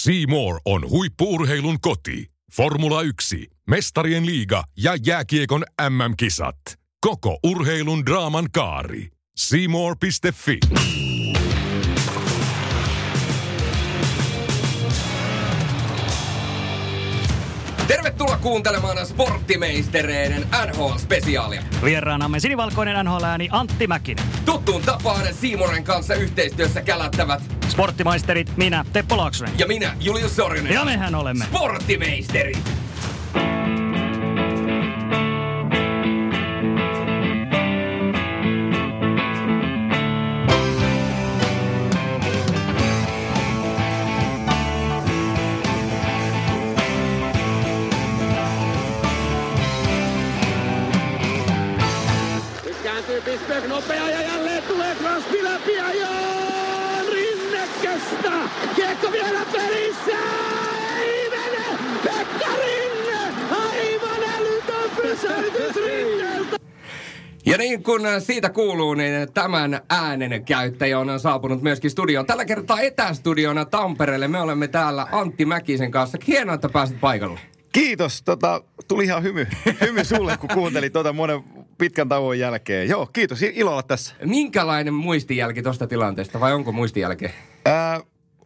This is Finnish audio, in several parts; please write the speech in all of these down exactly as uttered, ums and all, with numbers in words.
C More on huippu-urheilun koti. Formula yksi, Mestarien liiga ja jääkiekon M M-kisat. Koko urheilun draaman kaari. C more piste F I. Tervetuloa kuuntelemaan Sporttimeistereiden N H L-spesiaalia. Vieraanamme sinivalkoinen N H L-ääni Antti Mäkinen. Tuttuun tapaan Siimoren kanssa yhteistyössä kälättävät Sporttimaisterit, minä Teppo Laaksonen. Ja minä Julius Sorjonen. Ja mehän olemme Sporttimeisterit. Piste nopea ja jälleen tulee Crosby läpi ja Joon Rinnekästä. Kiekko vielä pelissä. Ei mene. Pekka Rinne. Aivan älytön pysäytys Rinneltä. Ja niin kuin siitä kuuluu, niin tämän äänen käyttäjä on saapunut myöskin studioon. Tällä kertaa etästudiona Tampereelle. Me olemme täällä Antti Mäkisen kanssa. Hienoa, että pääsit paikalle. Kiitos. Tota, tuli ihan hymy, hymy sulle, kun kuuntelit tuota monen pitkän tauon jälkeen. Joo, kiitos. Ilo olla tässä. Minkälainen muistijälki tuosta tilanteesta, vai onko muistijälkeä? Ää,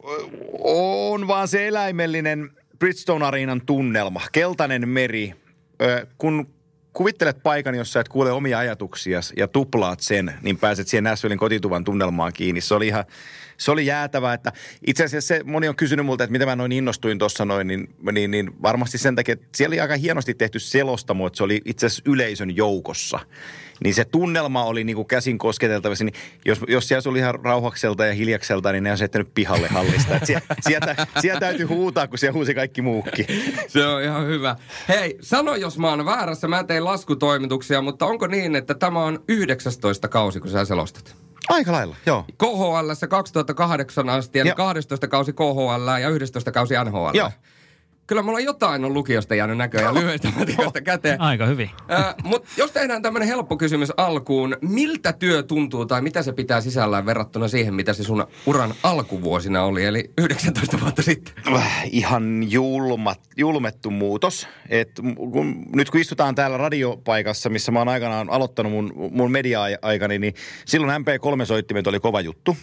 on vaan se eläimellinen Bridgestone Arenan tunnelma. Keltainen meri. Ää, kun kuvittelet paikan, jossa et kuule omia ajatuksiasi ja tuplaat sen, niin pääset siihen Nashvillen kotituvan tunnelmaan kiinni. Se oli ihan, se oli jäätävää, että itse asiassa se, moni on kysynyt multa, että miten mä noin innostuin tuossa noin, niin, niin, niin varmasti sen takia, että siellä oli aika hienosti tehty selostamo, että se oli itse asiassa yleisön joukossa. Niin se tunnelma oli niin kuin käsin kosketeltavissa, niin jos, jos siellä oli ihan rauhakselta ja hiljakselta, niin ne on jättänyt pihalle hallista. Että sieltä, sieltä, sieltä täytyy huutaa, kun siellä huusi kaikki muukin. Se on ihan hyvä. Hei, sano jos mä oon väärässä, mä tein laskutoimituksia, mutta onko niin, että tämä on yhdeksästoista kausi, kun sä selostat? Aika lailla, joo. K H L:ssä kaksituhattakahdeksan asti, eli kahdestoista kausi K H L ja yhdestoista kausi N H L. Joo. Kyllä mulla jotain on lukiosta jäänyt näköjään lyhyestä matikosta käteen. Aika hyvin. Äh, Mutta jos tehdään tämmöinen helppo kysymys alkuun, miltä työ tuntuu tai mitä se pitää sisällään verrattuna siihen, mitä se sun uran alkuvuosina oli, eli yhdeksäntoista vuotta sitten? Ihan julmat, julmettu muutos. Et kun, nyt kun istutaan täällä radiopaikassa, missä mä oon aikanaan aloittanut mun, mun media-aikani, niin silloin M P kolme-soittimet oli kova juttu.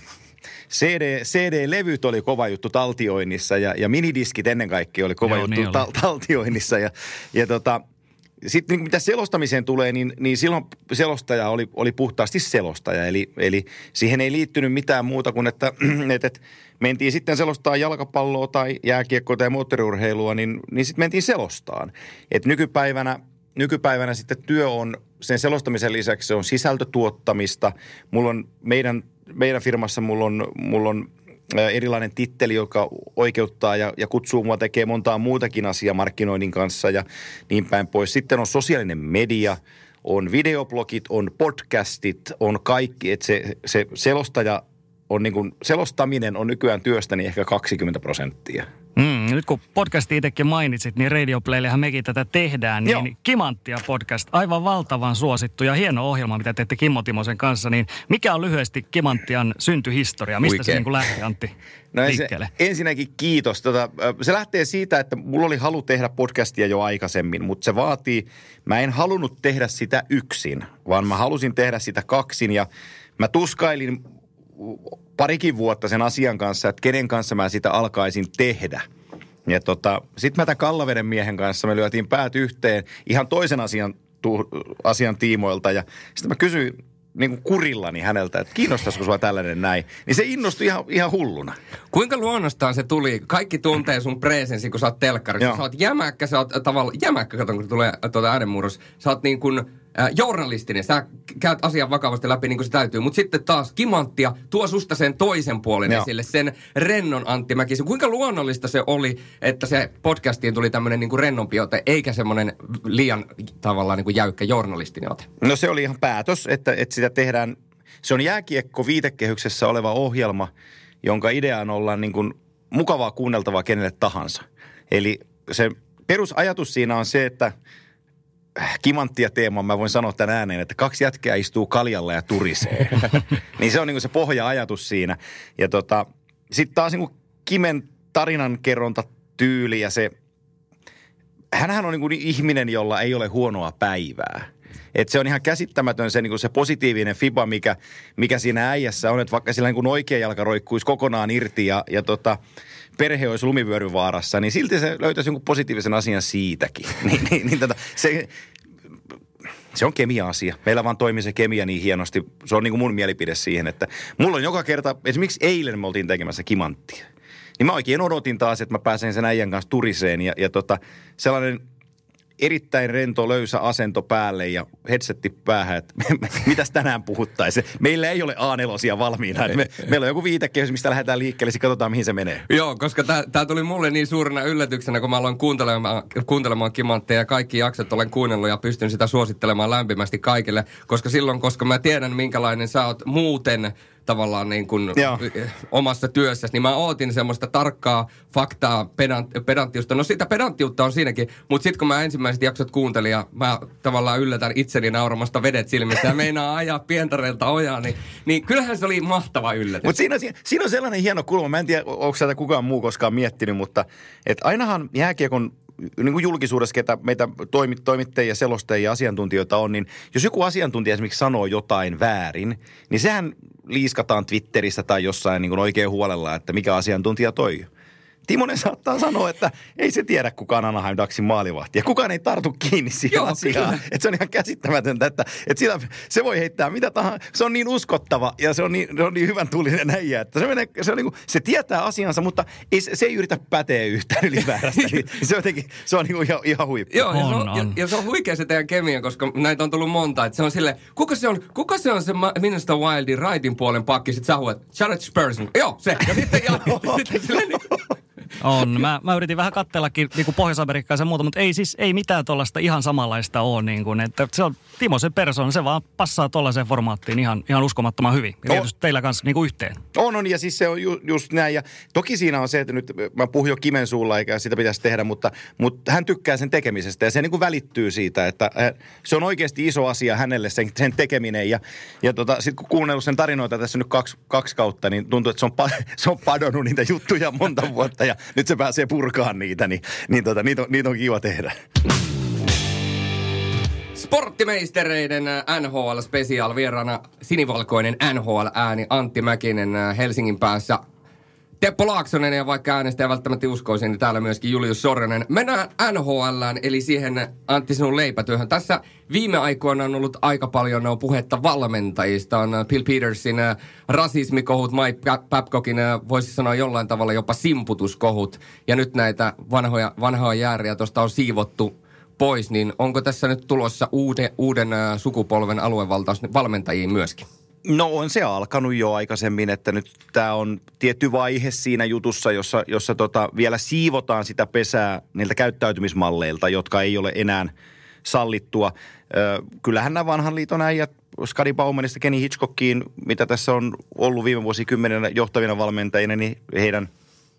C D, C D-levyt oli kova juttu taltioinnissa ja, ja minidiskit ennen kaikkea oli kova Joo, juttu niin ta- taltioinnissa. Ja, ja tota, sitten niin mitä selostamiseen tulee, niin, niin silloin selostaja oli, oli puhtaasti selostaja. Eli, eli siihen ei liittynyt mitään muuta kuin, että, että, että mentiin sitten selostaa jalkapalloa tai jääkiekkoa tai moottoriurheilua, niin, niin sitten mentiin selostaan. Et nykypäivänä, nykypäivänä sitten työ on sen selostamisen lisäksi se on sisältötuottamista. Mulla on meidän... Meidän firmassa mulla on, mulla on erilainen titteli, joka oikeuttaa ja, ja kutsuu mua tekemään montaa muutakin asiaa markkinoinnin kanssa ja niin päin pois. Sitten on sosiaalinen media, on videoblogit, on podcastit, on kaikki. Että se, se selostaja on niin kuin, selostaminen on nykyään työstäni ehkä kaksikymmentä prosenttia. Mm, nyt kun podcasti itsekin mainitsit, niin Radio Playllehän mekin tätä tehdään. Niin Joo. Kimanttia podcast, aivan valtavan suosittu ja hieno ohjelma, mitä teette Kimmo Timosen kanssa. Niin mikä on lyhyesti Kimanttian syntyhistoria? Mistä Oikein. se niin kuin lähti, Antti, no liikkeelle? Se, ensinnäkin kiitos. Tota, se lähtee siitä, että mulla oli halu tehdä podcastia jo aikaisemmin, mutta se vaatii, mä en halunnut tehdä sitä yksin, vaan mä halusin tehdä sitä kaksin ja mä tuskailin parikin vuotta sen asian kanssa, että kenen kanssa mä sitä alkaisin tehdä. Ja tota, sitten mä tämän Kallaveden miehen kanssa me lyötiin päät yhteen ihan toisen asian, tu, asian tiimoilta. Ja sitten mä kysyin niin kuin kurillani häneltä, että kiinnostaisiko sua tällainen näin. Niin se innostui ihan, ihan hulluna. Kuinka luonnostaan se tuli? Kaikki tuntee sun presensi, kun sä oot telkkarissa. Sä oot jämäkkä, sä oot tavallaan, jämäkkä, katon kun tulee tuota äänenmurros. Sä oot niin kuin äh, journalistinen, sä käyt asian vakavasti läpi niin kuin se täytyy. Mutta sitten taas Kimanttia tuo susta sen toisen puolen Joo. esille, sen rennon Antti Mäkisen. Kuinka luonnollista se oli, että se podcastiin tuli tämmöinen niin kuin rennompi ote, eikä semmoinen liian tavallaan niin kuin jäykkä journalistinen ote? No se oli ihan päätös, että, että sitä tehdään. Se on jääkiekko viitekehyksessä oleva ohjelma, jonka ideaan ollaan niin kuin mukavaa kuunneltavaa kenelle tahansa. Eli se perusajatus siinä on se, että Kimanttia teema, mä voin sanoa tämän ääneen, että kaksi jätkää istuu kaljalla ja turisee. Niin se on niin kuin se pohja-ajatus siinä. Ja tota, sitten taas niin kuin Kimen tarinankerrontatyyli ja se, hänhän on niin kuin ihminen, jolla ei ole huonoa päivää. Että se on ihan käsittämätön se, niin kuin se positiivinen fiba, mikä, mikä siinä äijässä on, että vaikka sillä niin kuin oikea jalka roikkuisi kokonaan irti ja, ja tota, perhe olisi lumivyöryvaarassa, niin silti se löytäisi jonkun positiivisen asian siitäkin. niin, niin, niin tota, se, se on kemia-asia. Meillä vaan toimii se kemia niin hienosti. Se on niin kuin mun mielipide siihen, että mulla on joka kerta, esimerkiksi eilen me oltiin tekemässä kimanttia. Niin mä oikein odotin taas, että mä pääsen sen äijän kanssa turiseen ja, ja tota, sellainen erittäin rento, löysä asento päälle ja headsetti päähän, että mitäs tänään puhuttaisiin. Meillä ei ole A neljä valmiina. Me, meillä on joku viitekehys, mistä lähdetään liikkeelle, sitten katsotaan, mihin se menee. Joo, koska tämä tuli mulle niin suurena yllätyksenä, kun mä aloin kuuntelemaan, kuuntelemaan kimantteja ja kaikki jaksot olen kuunnellut ja pystyn sitä suosittelemaan lämpimästi kaikille, koska silloin, koska mä tiedän, minkälainen sä oot muuten tavallaan niin kuin omassa työssäsi, niin mä ootin semmoista tarkkaa faktaa, pedant, pedanttiusta. No sitä pedanttiutta on siinäkin, mutta sitten kun mä ensimmäiset jaksot kuuntelin ja mä tavallaan yllätän itseni nauramasta vedet silmissä ja meinaa ajaa pientareilta ojaa, niin, niin kyllähän se oli mahtava yllätys. Mutta siinä, siinä on sellainen hieno kulma, mä en tiedä, onko sitä kukaan muu koskaan miettinyt, mutta että ainahan jääkiekon niin kuin julkisuudessa, ketä meitä toimittajia, selostajia ja asiantuntijoita on, niin jos joku asiantuntija esimerkiksi sanoo jotain väärin, niin sehän liiskataan Twitterissä tai jossain niin kuin oikein huolella, että mikä asiantuntija toi. Timonen saattaa sanoa, että ei se tiedä kukaan Anaheim Ducksin maalivahti. Ja kukaan ei tartu kiinni siihen Joo, asiaan. Että se on ihan käsittämätöntä, että, että sillä, se voi heittää mitä tahansa. Se on niin uskottava ja se on niin, se on niin hyvän tuulinen äijä, että se, menee, se, on niin kuin, se tietää asiansa, mutta ei, se ei yritä päteä yhtään ylipäärästä. se, jotenkin, se on niin kuin ihan, ihan huippu. Joo, ja, on, se on, on. Ja, ja se on huikea se teidän kemia, koska näitä on tullut monta. Että se on silleen, kuka se on, kuka se, on se Minnesota Wildin rightin puolen pakki? Sitten sä huuat, Jared Spurgeon. Joo, se. Ja sitten sitten silleen niin. On. Mä, mä yritin vähän katsellakin niin kuin Pohjois-Amerikkaa ja muuta, mutta ei siis ei mitään tuollaista ihan samanlaista ole. Niin kuin, että se on Timo se persoona, se vaan passaa tuollaiseen formaattiin ihan, ihan uskomattoman hyvin. Ja tietysti on. Teillä kanssa niin kuin yhteen. On, on ja siis se on ju, just näin. Ja toki siinä on se, että nyt mä puhun jo Kimen suulla eikä sitä pitäisi tehdä, mutta, mutta hän tykkää sen tekemisestä ja se niin kuin välittyy siitä, että se on oikeasti iso asia hänelle sen, sen tekeminen. Ja, ja tota, sitten kun kuunnellut sen tarinoita tässä nyt kaksi, kaksi kautta, niin tuntuu, että se on, se on padonnut niitä juttuja monta vuotta ja nyt se pääsee purkaan niitä, niin, niin tota, niitä, on, niitä on kiva tehdä. Sporttimeistereiden N H L-spesiaal vieraana sinivalkoinen N H L-ääni Antti Mäkinen Helsingin päässä. Teppo Laaksonen ja vaikka äänestä ei välttämättä uskoisin, niin täällä myöskin Julius Sorjonen. Mennään N H L:ään, eli siihen Antti sinun leipätyöhön. Tässä viime aikoina on ollut aika paljon puhetta valmentajista. On Bill Petersin rasismikohut, Mike Babcockin voisi sanoa jollain tavalla jopa simputuskohut. Ja nyt näitä vanhoja, vanhoja jääriä tuosta on siivottu pois, niin onko tässä nyt tulossa uuden, uuden sukupolven aluevaltaus valmentajiin myöskin? No on se alkanut jo aikaisemmin, että nyt tämä on tietty vaihe siinä jutussa, jossa, jossa tota vielä siivotaan sitä pesää niiltä käyttäytymismalleilta, jotka ei ole enää sallittua. Ö, kyllähän nämä vanhan liiton äijät, Scottie Bowmanista Kenny Hitchcockiin, mitä tässä on ollut viime vuosikymmenenä johtavina valmentajina, niin heidän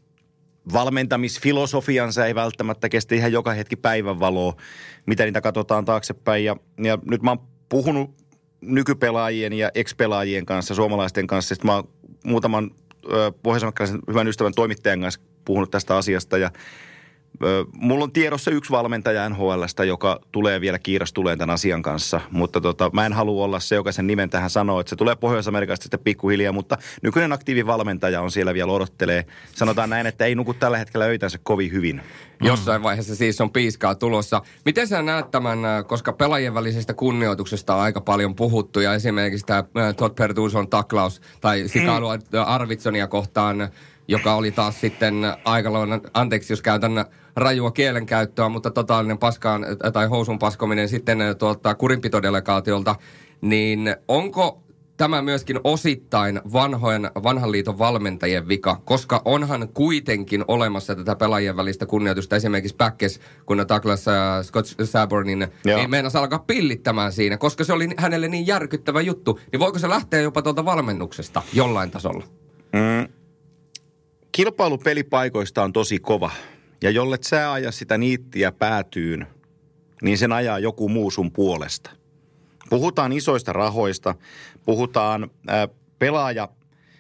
valmentamisfilosofiansa ei välttämättä kestä ihan joka hetki päivänvaloa, mitä niitä katsotaan taaksepäin. Ja, ja nyt mä oon puhunut nykypelaajien ja ex-pelaajien kanssa, suomalaisten kanssa. Sitten mä oon muutaman pohjois-amerikkalaisen hyvän ystävän toimittajan kanssa puhunut tästä asiasta. Ja ö, mulla on tiedossa yksi valmentaja N H L:stä, joka tulee vielä kiirastuleen tämän asian kanssa. Mutta tota, mä en halua olla se, joka sen nimen tähän sanoo, että se tulee Pohjois-Amerikasta sitten pikkuhiljaa. Mutta nykyinen aktiivivalmentaja on siellä vielä odottelee. Sanotaan näin, että ei nuku tällä hetkellä öitänsä kovin hyvin. Jossain vaiheessa siis on piiskaa tulossa. Miten sä näet tämän, koska pelaajien välisestä kunnioituksesta on aika paljon puhuttu ja esimerkiksi tämä Todd Bertuzon taklaus tai sikailu Arvidssonia kohtaan, joka oli taas sitten aikaloinen, anteeksi jos käytän rajua kielenkäyttöä, mutta totaalinen paskaan tai housun paskominen sitten tuolta kurinpitodelegaatiolta, niin onko tämä myöskin osittain vanhojen, vanhan liiton valmentajien vika, koska onhan kuitenkin olemassa tätä pelaajien välistä kunnioitusta. Esimerkiksi Backes, kun Douglas äh, Scott Sabornin ei meinasi alkaa pillittämään siinä, koska se oli hänelle niin järkyttävä juttu. Niin voiko se lähteä jopa tuolta valmennuksesta jollain tasolla? Mm. Kilpailu pelipaikoista on tosi kova. Ja jollet sä aja sitä niittiä päätyyn, niin sen ajaa joku muu sun puolesta. Puhutaan isoista rahoista, puhutaan äh, pelaaja,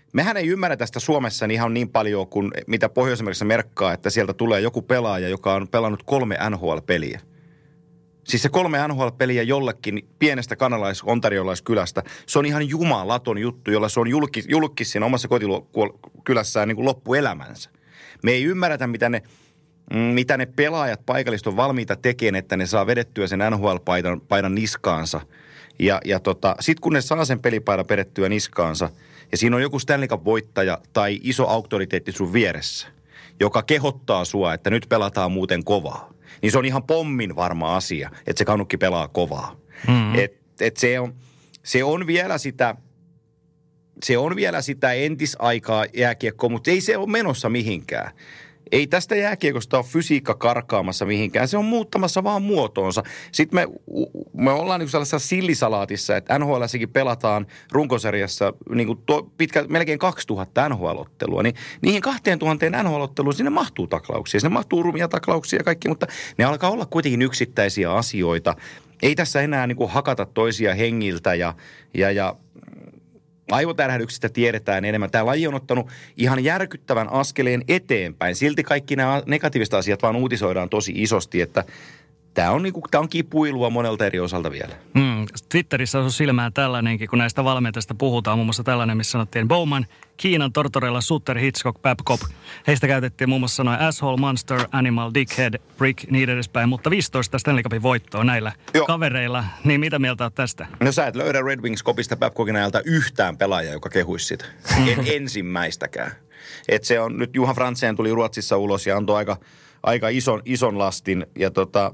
mehän ei ymmärrä tästä Suomessa niin ihan niin paljon kuin mitä Pohjois-Amerikassa merkkaa, että sieltä tulee joku pelaaja, joka on pelannut kolme N H L-peliä. Siis se kolme N H L-peliä jollekin pienestä kanalais-ontariolaiskylästä, se on ihan jumalaton juttu, jolla se on julkis, julkis siinä omassa kotikylässään niin kuin loppuelämänsä. Me ei ymmärretä, mitä ne, mitä ne pelaajat paikallista on valmiita tekemään, että ne saa vedettyä sen N H L-paidan paidan niskaansa. Ja, ja tota, sitten kun ne saa sen pelipaidan vedettyä niskaansa, ja siinä on joku Stanley Cup-voittaja tai iso auktoriteetti sun vieressä, joka kehottaa sua, että nyt pelataan muuten kovaa. Niin se on ihan pommin varma asia, että se kannukki pelaa kovaa. Mm-hmm. Et, et se, on, se on vielä sitä, se on vielä sitä entisaikaa jääkiekkoa, mutta ei se ole menossa mihinkään. Ei tästä jääkiekosta ole fysiikka karkaamassa mihinkään, se on muuttamassa vaan muotoonsa. Sitten me, me ollaan niin sellaisessa sillisalaatissa, että N H L:ssäkin pelataan runkosarjassa niin kuin to, pitkä, melkein kaksituhatta N H L-ottelua. Niin niihin kaksituhatta N H L-otteluun sinne mahtuu taklauksia, sinne mahtuu rumia taklauksia ja kaikki, mutta ne alkaa olla kuitenkin yksittäisiä asioita. Ei tässä enää niin kuin hakata toisia hengiltä ja... ja, ja aivotärähdyksistä tiedetään enemmän. Tämä laji on ottanut ihan järkyttävän askeleen eteenpäin. Silti kaikki nämä negatiiviset asiat vaan uutisoidaan tosi isosti, että tämä on, niinku, tämä on kipuilua monelta eri osalta vielä. Mm, Twitterissä on silmään tällainenkin, kun näistä valmentajista puhutaan. Muun muassa tällainen, missä sanottiin Bowman, Keenan, Tortorella, Sutter, Hitchcock, Babcock. Heistä käytettiin muun muassa sanoja asshole, monster, animal, dickhead, brick, niin edespäin. Mutta viisitoista Stanley Cupin voittoa näillä Joo. kavereilla. Niin mitä mieltä olet tästä? No sä et löydä Red Wings-kopista Babcockin ajalta yhtään pelaajaa, joka kehuisi sitä. En ensimmäistäkään. Et se on, nyt Juha Frantzen tuli Ruotsissa ulos ja antoi aika, aika ison, ison lastin. Ja tota...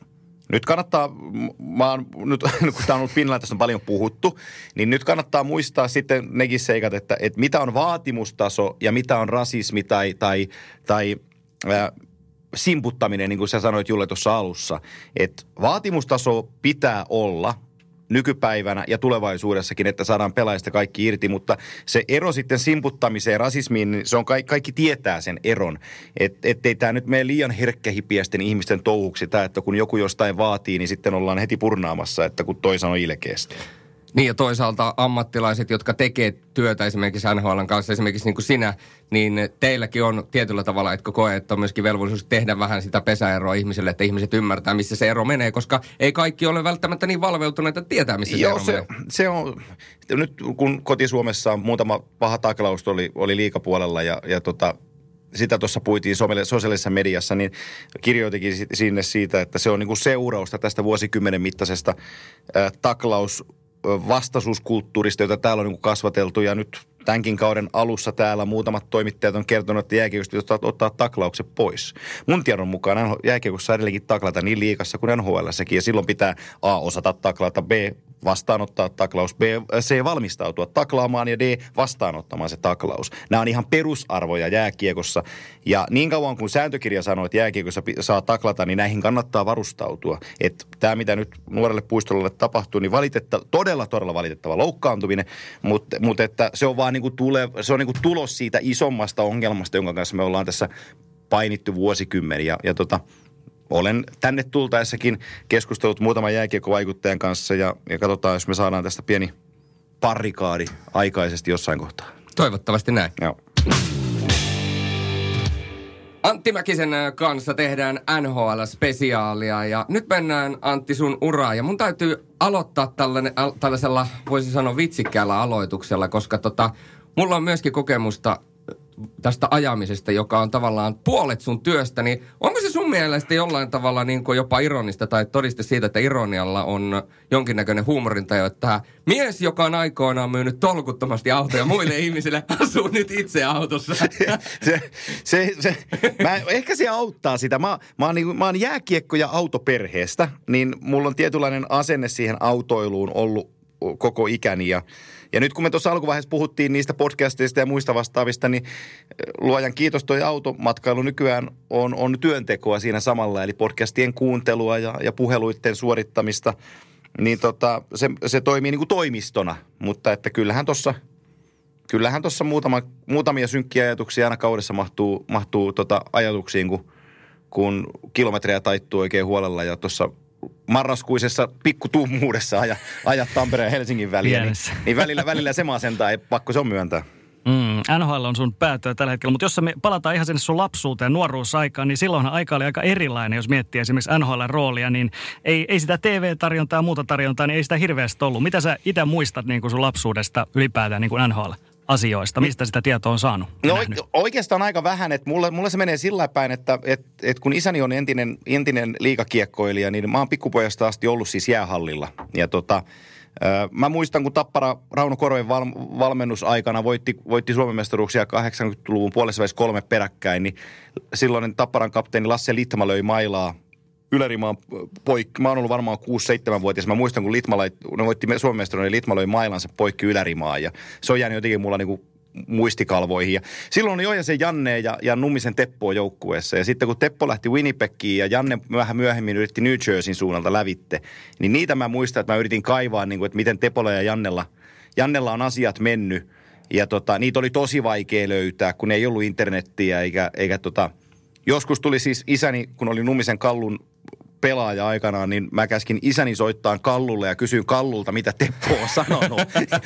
Nyt kannattaa, mä oon, nyt, kun tämä on ollut pinnalla, tästä on paljon puhuttu, niin nyt kannattaa muistaa sitten nekin seikat, että, että mitä on vaatimustaso ja mitä on rasismi tai, tai, tai ää, simputtaminen, niin kuin sä sanoit Julle tuossa alussa. Että vaatimustaso pitää olla nykypäivänä ja tulevaisuudessakin, että saadaan pelaajista kaikki irti, mutta se ero sitten simputtamiseen ja rasismiin, niin se on kaikki, kaikki tietää sen eron. Et, ettei tämä nyt mene liian herkkähipiäisten ihmisten touhuksi tämä, että kun joku jostain vaatii, niin sitten ollaan heti purnaamassa, että kun toi sanoo ilkeästi. Niin ja toisaalta ammattilaiset, jotka tekee työtä esimerkiksi N H L:n kanssa, esimerkiksi niin kuin sinä, niin teilläkin on tietyllä tavalla, etkö koe, että on myöskin velvollisuus tehdä vähän sitä pesäeroa ihmisille, että ihmiset ymmärtää, missä se ero menee, koska ei kaikki ole välttämättä niin valveutuneita, että tietää, missä Joo, se ero se, menee. se on, nyt kun koti-Suomessa muutama paha taklaus oli, oli liigapuolella ja, ja tota, sitä tuossa puitiin sosiaalisessa mediassa, niin kirjoitikin sinne siitä, että se on niin kuin seurausta tästä vuosikymmenen mittaisesta äh, taklaus vastaisuuskulttuurista, jota täällä on niin kuin kasvateltu ja nyt tämänkin kauden alussa täällä muutamat toimittajat on kertonut, että jääkiekosta pitää ottaa taklaukset pois. Mun tiedon mukaan jääkiekossa edelleenkin taklata niin liigassa kuin N H L:ssäkin ja silloin pitää A osata taklata, B vastaanottaa taklaus, B, C valmistautua taklaamaan ja D vastaanottamaan se taklaus. Nämä on ihan perusarvoja jääkiekossa ja niin kauan kuin sääntökirja sanoo, että jääkiekossa saa taklata, niin näihin kannattaa varustautua. Että tämä mitä nyt nuorelle puistolle tapahtuu, niin valitettava, todella todella valitettava loukkaantuminen, mutta, mutta että se on vaan niin kuin tule, se on niin kuin tulos siitä isommasta ongelmasta, jonka kanssa me ollaan tässä painittu vuosikymmeniä ja, ja tota olen tänne tultaessakin keskustellut muutaman jääkiekkovaikuttajan kanssa ja, ja katsotaan, jos me saadaan tästä pieni parrikaadi aikaisesti jossain kohtaa. Toivottavasti näin. Joo. Antti Mäkisen kanssa tehdään N H L-spesiaalia ja nyt mennään Antti sun uraan ja mun täytyy aloittaa tällainen, tällaisella, voisin sanoa vitsikkäällä aloituksella, koska tota, mulla on myöskin kokemusta tästä ajamisesta, joka on tavallaan puolet sun työstä, niin onko se sun mielestä jollain tavalla niin kuin jopa ironista tai todiste siitä, että ironialla on jonkinnäköinen huumorintaju, että mies, joka on aikoinaan myynyt tolkuttomasti autoja muille ihmisille, asuu nyt itse autossa. se, se, se, mä, ehkä se auttaa sitä. Mä, mä, oon, niin, mä oon jääkiekko- ja autoperheestä, niin mulla on tietynlainen asenne siihen autoiluun ollut koko ikäni ja Ja nyt kun me tuossa alkuvaiheessa puhuttiin niistä podcasteista ja muista vastaavista, niin luojan kiitos, toi automatkailu nykyään on, on työntekoa siinä samalla, eli podcastien kuuntelua ja, ja puheluiden suorittamista, niin tota, se, se toimii niin kuin toimistona, mutta että kyllähän tuossa kyllähän tuossa muutama, muutamia synkkiä ajatuksia aina kaudessa mahtuu, mahtuu tota ajatuksiin, kun, kun kilometrejä taittuu oikein huolella ja tuossa marraskuisessa pikkutummuudessa aja, aja Tampereen ja Helsingin väliä, niin, niin välillä, välillä se masentaa, ei pakko se on myöntää. Mm, N H L on sun päätyä tällä hetkellä, mutta jos me palataan ihan sinne sun lapsuuteen, nuoruusaikaan, niin silloinhan aika oli aika erilainen, jos miettii esimerkiksi N H L-roolia, niin ei, ei sitä T V-tarjontaa ja muuta tarjontaa, niin ei sitä hirveästi ollut. Mitä sä itse muistat niin kuin sun lapsuudesta ylipäätään niin kuin N H L-asioista? Mistä sitä tietoa on saanut? No oikeastaan aika vähän, että mulle, mulle se menee sillä päin, että et, et kun isäni on entinen, entinen liigakiekkoilija, niin mä oon pikkupojasta asti ollut siis jäähallilla. Ja tota, mä muistan, kun Tappara Rauno Korven val, valmennusaikana voitti, voitti Suomen mestaruuksia kahdeksankymmentäluvun puolessa välissä kolme peräkkäin, niin silloinen Tapparan kapteeni Lasse Litma löi mailaa Ylärimaan poikki. Mä oon ollut varmaan kuusi seitsemän vuotias. Mä muistan, kun Litma, lait, ne voitti Suomen mestaruuden, niin Litma löi mailansa poikki Ylärimaan. Ja se on jäänyt jotenkin mulla niinku muistikalvoihin. Ja silloin oli Ojasen Janne ja, ja Nummisen Teppo joukkueessa. Ja sitten kun Teppo lähti Winnipegiin ja Janne vähän myöhemmin yritti New Jerseyn suunnalta lävitte, niin niitä mä muistan, että mä yritin kaivaa, niin kuin, että miten Tepolla ja Jannella, Jannella on asiat mennyt. Ja tota, niitä oli tosi vaikea löytää, kun ei ollut internettiä eikä, eikä tota... Joskus tuli siis isäni, kun oli Nummisen Kallun pelaaja aikanaan, niin mä käskin isäni soittaa Kallulle ja kysyin Kallulta, mitä Teppo on sanonut.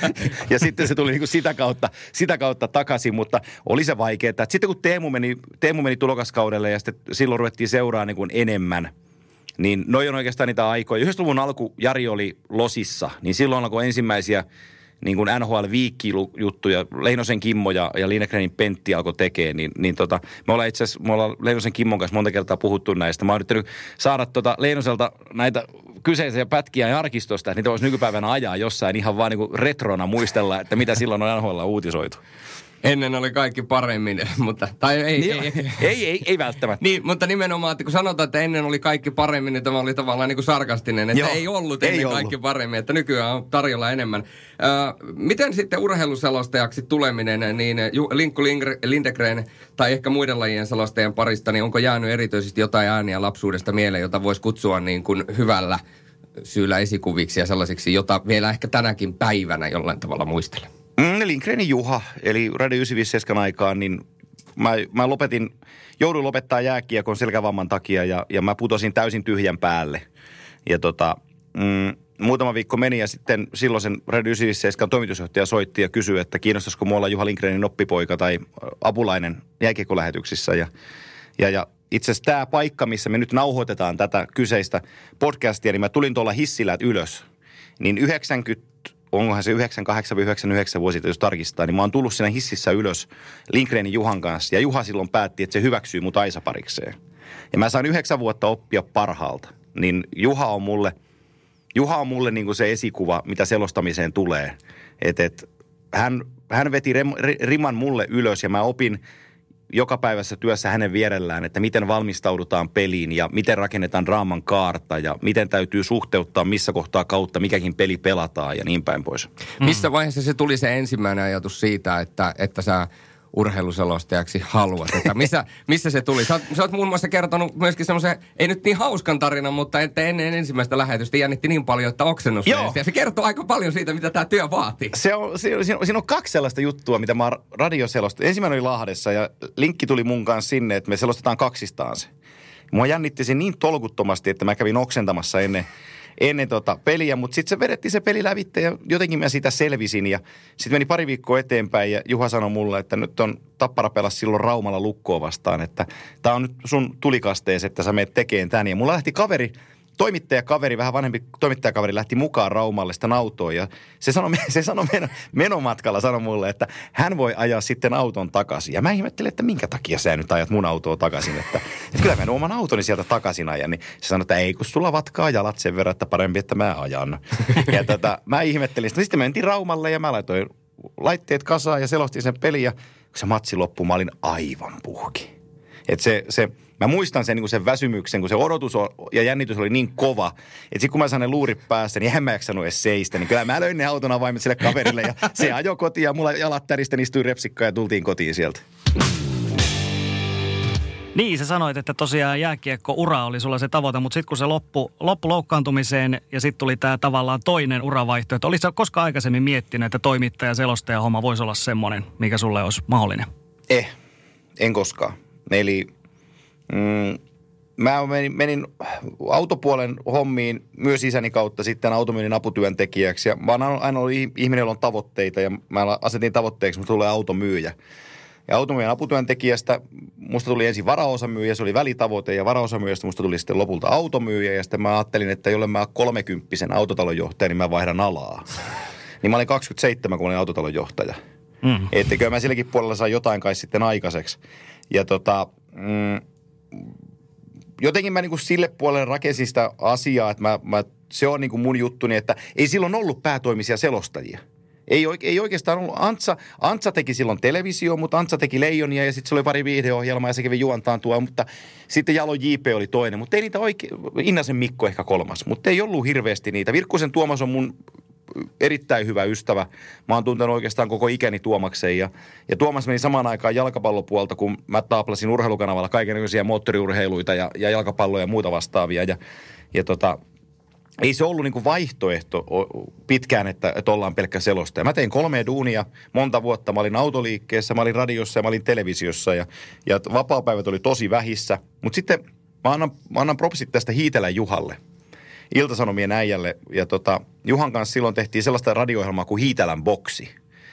Ja sitten se tuli niin kuin sitä kautta, sitä kautta takaisin, mutta oli se vaikeaa. Sitten kun Teemu meni, Teemu meni tulokaskaudelle ja sitten silloin ruvettiin seuraa niin kuin enemmän, niin noi on oikeastaan niitä aikoja. yhdeksänkymmentäluvun alku Jari oli Losissa, niin silloin alkoi ensimmäisiä niin kuin N H L-viikki-juttuja, Leinosen Kimmo ja, ja Lindegrenin Pentti alkoi tekemään, niin, niin tota, me ollaan itse asiassa, me ollaan Leinosen Kimmon kanssa monta kertaa puhuttu näistä. Mä oon yrittänyt saada tota Leinoselta näitä kyseisiä pätkiä arkistosta, että niitä voisi nykypäivänä ajaa jossain ihan vaan niin kuin retrona muistella, että mitä silloin on N H L uutisoitu. Ennen oli kaikki paremmin, mutta, tai ei, niin, ei, ei, ei, ei, ei välttämättä. Niin, mutta nimenomaan, että kun sanotaan, että ennen oli kaikki paremmin, niin tämä oli tavallaan niin kuin sarkastinen, että Joo, ei ollut ennen ei kaikki ollut. Paremmin, että nykyään on tarjolla enemmän. Äh, miten sitten urheiluselostajaksi tuleminen, niin Linkku Lindegren tai ehkä muiden lajien selostajien parista, niin onko jäänyt erityisesti jotain ääniä lapsuudesta mieleen, jota voisi kutsua niin kuin hyvällä syyllä esikuviksi ja sellaisiksi, jota vielä ehkä tänäkin päivänä jollain tavalla muistelen? Mm, Lindgrenin Juha, eli Radio yhdeksänsataaviisikymmentäseitsemän aikaan, niin mä, mä lopetin, jouduin lopettaa jääkiekon selkävamman takia ja, ja mä putosin täysin tyhjän päälle. Ja tota, mm, muutama viikko meni ja sitten silloisen Radio yhdeksänsataaviisikymmentäseitsemän toimitusjohtaja soitti ja kysyi, että kiinnostaisiko mua olla Juha Lindgrenin oppipoika tai apulainen jääkiekkolähetyksissä. Ja, ja, ja itse asiassa tämä paikka, missä me nyt nauhoitetaan tätä kyseistä podcastia, niin mä tulin tuolla Hissilät ylös, niin yhdeksänkymmentä onkohan se yhdeksänkymmentäkahdeksan yhdeksänkymmentäyhdeksän vuosi, jos tarkistaa, niin mä oon tullut siinä hississä ylös Lindgrenin Juhan kanssa. Ja Juha silloin päätti, että se hyväksyy mut Aisa-parikseen. Ja mä sain yhdeksän vuotta oppia parhaalta. Niin Juha on mulle, Juha on mulle niin kuin se esikuva, mitä selostamiseen tulee. Että et, hän, hän veti rem, riman mulle ylös ja mä opin joka päivässä työssä hänen vierellään, että miten valmistaudutaan peliin ja miten rakennetaan draaman kaarta ja miten täytyy suhteuttaa, missä kohtaa kautta mikäkin peli pelataan ja niin päin pois. Mm. Missä vaiheessa se tuli se ensimmäinen ajatus siitä, että, että sä urheiluselostajaksi haluat? Että missä, missä se tuli? Sä oot, sä oot muun muassa kertonut myöskin semmoisen, ei nyt niin hauskan tarinan, mutta että ennen ensimmäistä lähetystä jännitti niin paljon, että oksennus veesti. Ja se kertoo aika paljon siitä, mitä tämä työ vaatii. Se on, se, siinä, on, siinä on kaksi sellaista juttua, mitä mä oon radioselostanut. Ensimmäinen oli Lahdessa ja linkki tuli mun kanssa sinne, että me selostetaan kaksistaan se. Mua jännitti se niin tolkuttomasti, että mä kävin oksentamassa ennen, ennen tota peliä, mutta sitten se vedettiin se peli lävitte ja jotenkin mä sitä selvisin ja sitten meni pari viikkoa eteenpäin ja Juha sanoi mulle, että nyt on Tappara pelasi silloin Raumalla Lukkoa vastaan, että tää on nyt sun tulikastees, että sä meet tekemään tän ja mulla lähti kaveri, toimittajakaveri, vähän vanhempi toimittajakaveri lähti mukaan Raumalle sitä autoon ja se sanoi, se sanoi meno, menomatkalla sanoi mulle, että hän voi ajaa sitten auton takaisin. Ja mä ihmettelin, että minkä takia sä nyt ajat mun autoa takaisin, että, että kyllä mä oman autoni sieltä takaisin ajan. Niin se sanoi, että ei kun sulla vatkaa jalat sen verran, että parempi, että mä ajan. Ja tota, mä ihmettelin sitä. Sitten mentiin Raumalle ja mä laitoin laitteet kasaan ja selostin sen pelin ja kun se matsi loppui, mä olin aivan puhki. Että se, se, mä muistan sen, niin sen väsymyksen, kun se odotus ja jännitys oli niin kova, että sitten kun mä sain ne luurit päästä, niin en mä jaksanut edes seistä. Niin kyllä mä löin ne auton avaimet sille kaverille ja se ajoi kotiin ja mulla jalat täristen istui repsikkaan ja tultiin kotiin sieltä. Niin, sä sanoit, että tosiaan jääkiekko-ura oli sulla se tavoite, mutta sitten kun se loppu, loppu loukkaantumiseen ja sitten tuli tämä tavallaan toinen uravaihtoehto. Oliko sä koskaan aikaisemmin miettinyt, että toimittaja- selostaja homma voisi olla semmoinen, mikä sulle olisi mahdollinen? Eh, en koskaan. Eli mm, mä menin, menin autopuolen hommiin myös isäni kautta sitten automyynnin aputyöntekijäksi. Ja mä oon aina ollut ihminen, jolla on tavoitteita ja mä asetin tavoitteeksi, että musta tulee automyyjä. Ja automyyjän aputyöntekijästä musta tuli ensin varaosamyyjä, se oli välitavoite, ja varaosamyyjästä musta tuli sitten lopulta automyyjä. Ja sitten mä ajattelin, että jolle mä kolmekymppisen autotalon johtaja, niin mä vaihdan alaa. Niin mä olin kaksikymmentäseitsemän, kun mä olin autotalon johtaja. Mm. Että kyllä mä silläkin puolella sain jotain kai sitten aikaiseksi. Ja tota, mm, jotenkin mä niinku sille puolelle rakensin sitä asiaa, että mä, mä, se on niinku mun juttuni, että ei silloin ollut päätoimisia selostajia. Ei, ei oikeastaan ollut. Antsa, Antsa teki silloin televisio, mutta Antsa teki Leijonia ja sitten se oli pari viihdeohjelmaa ja se kävi juontaan tuo, mutta sitten Jalo J P oli toinen. Mutta ei niitä oikein, Innasen Mikko ehkä kolmas, mutta ei ollut hirveästi niitä. Virkkusen Tuomas on mun erittäin hyvä ystävä. Mä oon tuntenut oikeastaan koko ikäni Tuomakseen ja, ja Tuomas meni samaan aikaan jalkapallopuolta, kun mä taaplasin urheilukanavalla kaikenlaisia moottoriurheiluita ja, ja jalkapalloja ja muuta vastaavia ja, ja tota... Ei se ollut niin kuin vaihtoehto pitkään, että, että ollaan pelkkä selostaja. Mä tein kolmea duunia monta vuotta. Mä olin autoliikkeessä, mä olin radiossa ja mä olin televisiossa. Ja, ja vapaapäivät oli tosi vähissä. Mutta sitten mä annan, mä annan propsit tästä Hiitelän Juhalle, Ilta-Sanomien äijälle. Ja tota, Juhan kanssa silloin tehtiin sellaista radio-ohjelmaa kuin Hiitelän boksi.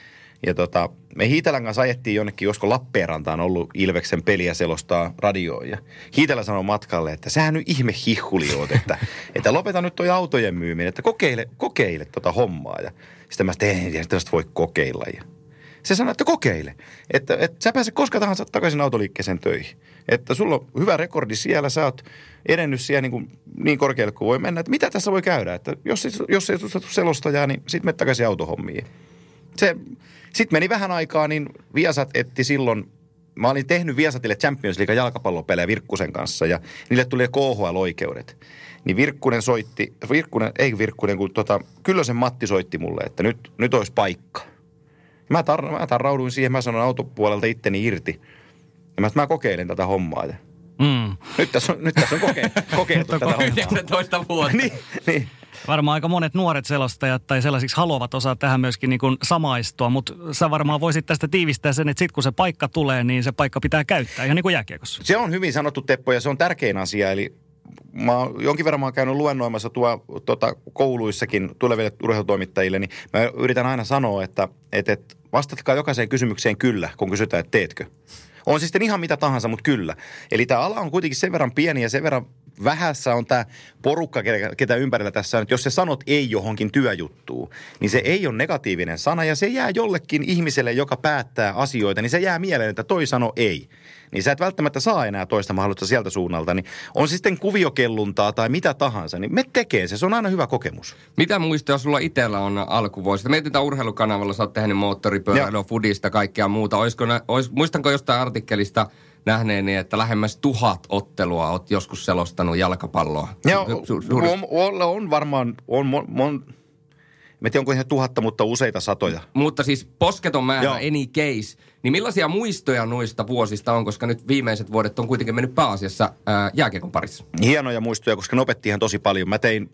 Ja tota, me Hiitelän kanssa ajettiin jonnekin, josko Lappeenrantaan ollut Ilveksen peliä selostaa radioon. Ja Hiitelä sanoi matkalle, että sähän nyt ihme hihhuli oot, että, että lopeta nyt toi autojen myyminen, että kokeile, kokeile tota hommaa. Ja sitten mä sanoin, että ei tästä voi kokeilla. Ja se sanoi, että kokeile, että, että sä pääset koska tahansa takaisin autoliikkeeseen töihin. Että sulla on hyvä rekordi siellä, sä oot edennyt siellä niin, kuin, niin korkealle kuin voi mennä. Että mitä tässä voi käydä, että jos, jos ei tule selostajaa, niin sit mene takaisin autohommiin. Se... Sitten meni vähän aikaa, niin Viasat etti silloin, mä olin tehnyt Viasatille Champions League jalkapallopelejä Virkkusen kanssa ja niille tuli K H L-oikeudet. Niin Virkkunen soitti, Virkkunen, ei Virkkunen, kun tota, Kyllösen Matti soitti mulle, että nyt, nyt olisi paikka. Mä, tar, mä tarrauduin siihen, mä sanoin autopuolelta itteni irti. Ja mä, mä kokeilen tätä hommaa. Ja mm. Nyt tässä on, nyt tässä on koke, kokeiltu tätä hommaa. yhdeksäntoista vuotta. niin, niin. Varmaan aika monet nuoret selostajat tai sellaisiksi haluavat osaa tähän myöskin niin kuin samaistua, mutta sä varmaan voisit tästä tiivistää sen, että sitten kun se paikka tulee, niin se paikka pitää käyttää, ihan niin kuin jääkiekossa. Se on hyvin sanottu, Teppo, ja se on tärkein asia, eli mä oon, jonkin verran mä oon käynyt luennoimassa tuo, tuota, kouluissakin tuleville urheilutoimittajille, niin mä yritän aina sanoa, että, että, että vastatkaa jokaiseen kysymykseen kyllä, kun kysytään, että teetkö. On siis sitten ihan mitä tahansa, mutta kyllä. Eli tämä ala on kuitenkin sen verran pieni ja sen verran vähässä on tämä porukka, ketä, ketä ympärillä tässä on. Että jos sä sanot ei johonkin työjuttuun, niin se ei ole negatiivinen sana ja se jää jollekin ihmiselle, joka päättää asioita, niin se jää mieleen, että toi sano ei. Niin sä et välttämättä saa enää toista mahdollista sieltä suunnalta. Niin on se sitten kuviokelluntaa tai mitä tahansa, niin me tekee se. Se on aina hyvä kokemus. Mitä muistoja sulla itsellä on alkuvuosista? Mietitään urheilukanavalla, sä oot tehnyt moottoripyöräilyä, fudista, kaikkea muuta. Olisiko, olis, muistanko jostain artikkelista nähneeni, että lähemmäs tuhat ottelua oot joskus selostanut jalkapalloa? Joo, on, on, on varmaan, on mon, mon, mä tiedän, onko ihan tuhatta, mutta useita satoja. Mutta siis posketon määrä, Joo. any case. Niin millaisia muistoja noista vuosista on, koska nyt viimeiset vuodet on kuitenkin mennyt pääasiassa ää, jääkiekon parissa? Hienoja muistoja, koska ne opetti ihan tosi paljon. Mä tein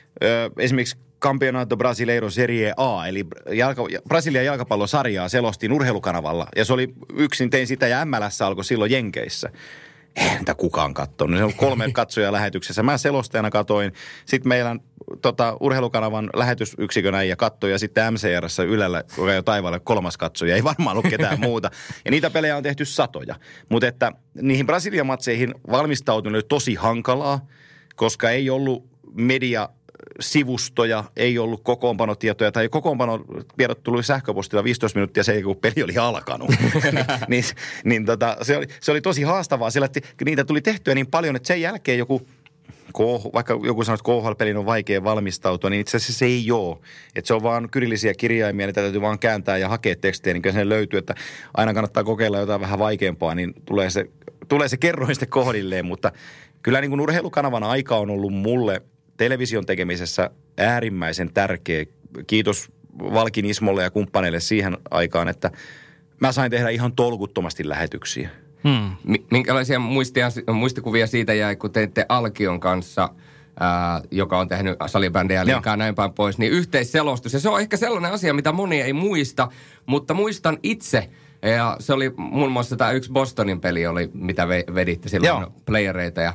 ö, esimerkiksi Campeonato Brasileiro Serie A, eli jalka, Brasilian jalkapallosarjaa selostin urheilukanavalla. Ja se oli yksin, tein sitä ja M L S alkoi silloin Jenkeissä. Eihän niitä kukaan katsonut. Se on kolme katsojaa lähetyksessä. Mä selostajana katoin. Sitten meillä tota, urheilukanavan lähetysyksikön äijä katsoi ja sitten M C R:ssä Ylellä, joka jo taivaalle kolmas katsoja. Ei varmaan ollut ketään muuta. Ja niitä pelejä on tehty satoja. Mutta että niihin Brasilian matseihin valmistautuminen oli tosi hankalaa, koska ei ollut media sivustoja, ei ollut kokoonpanotietoja tai kokoonpanotiedot tuli sähköpostilla viisitoista minuuttia sen, kun peli oli alkanut. niin niin tota, se, oli, se oli tosi haastavaa, sillä niitä tuli tehtyä niin paljon, että sen jälkeen joku, vaikka joku sanoo, että K H L-pelin on vaikea valmistautua, niin itse asiassa se ei ole. Että se on vaan kyrillisiä kirjaimia, niitä täytyy vaan kääntää ja hakea tekstejä, niin kyllä sen löytyy, että aina kannattaa kokeilla jotain vähän vaikeampaa, niin tulee se, tulee se kerroin sitten kohdilleen, mutta kyllä niin kuin urheilukanavan aika on ollut mulle television tekemisessä äärimmäisen tärkeä. Kiitos Valkin Ismolle ja kumppaneille siihen aikaan, että mä sain tehdä ihan tolkuttomasti lähetyksiä. Hmm. Minkälaisia muistia, muistikuvia siitä jäi, kun teitte Alkion kanssa, ää, joka on tehnyt salibändejä liikaa näin päin pois, niin yhteisselostus. Ja se on ehkä sellainen asia, mitä moni ei muista, mutta muistan itse. Ja se oli muun muassa tämä yksi Bostonin peli, oli, mitä veditte silloin, Joo. playereita ja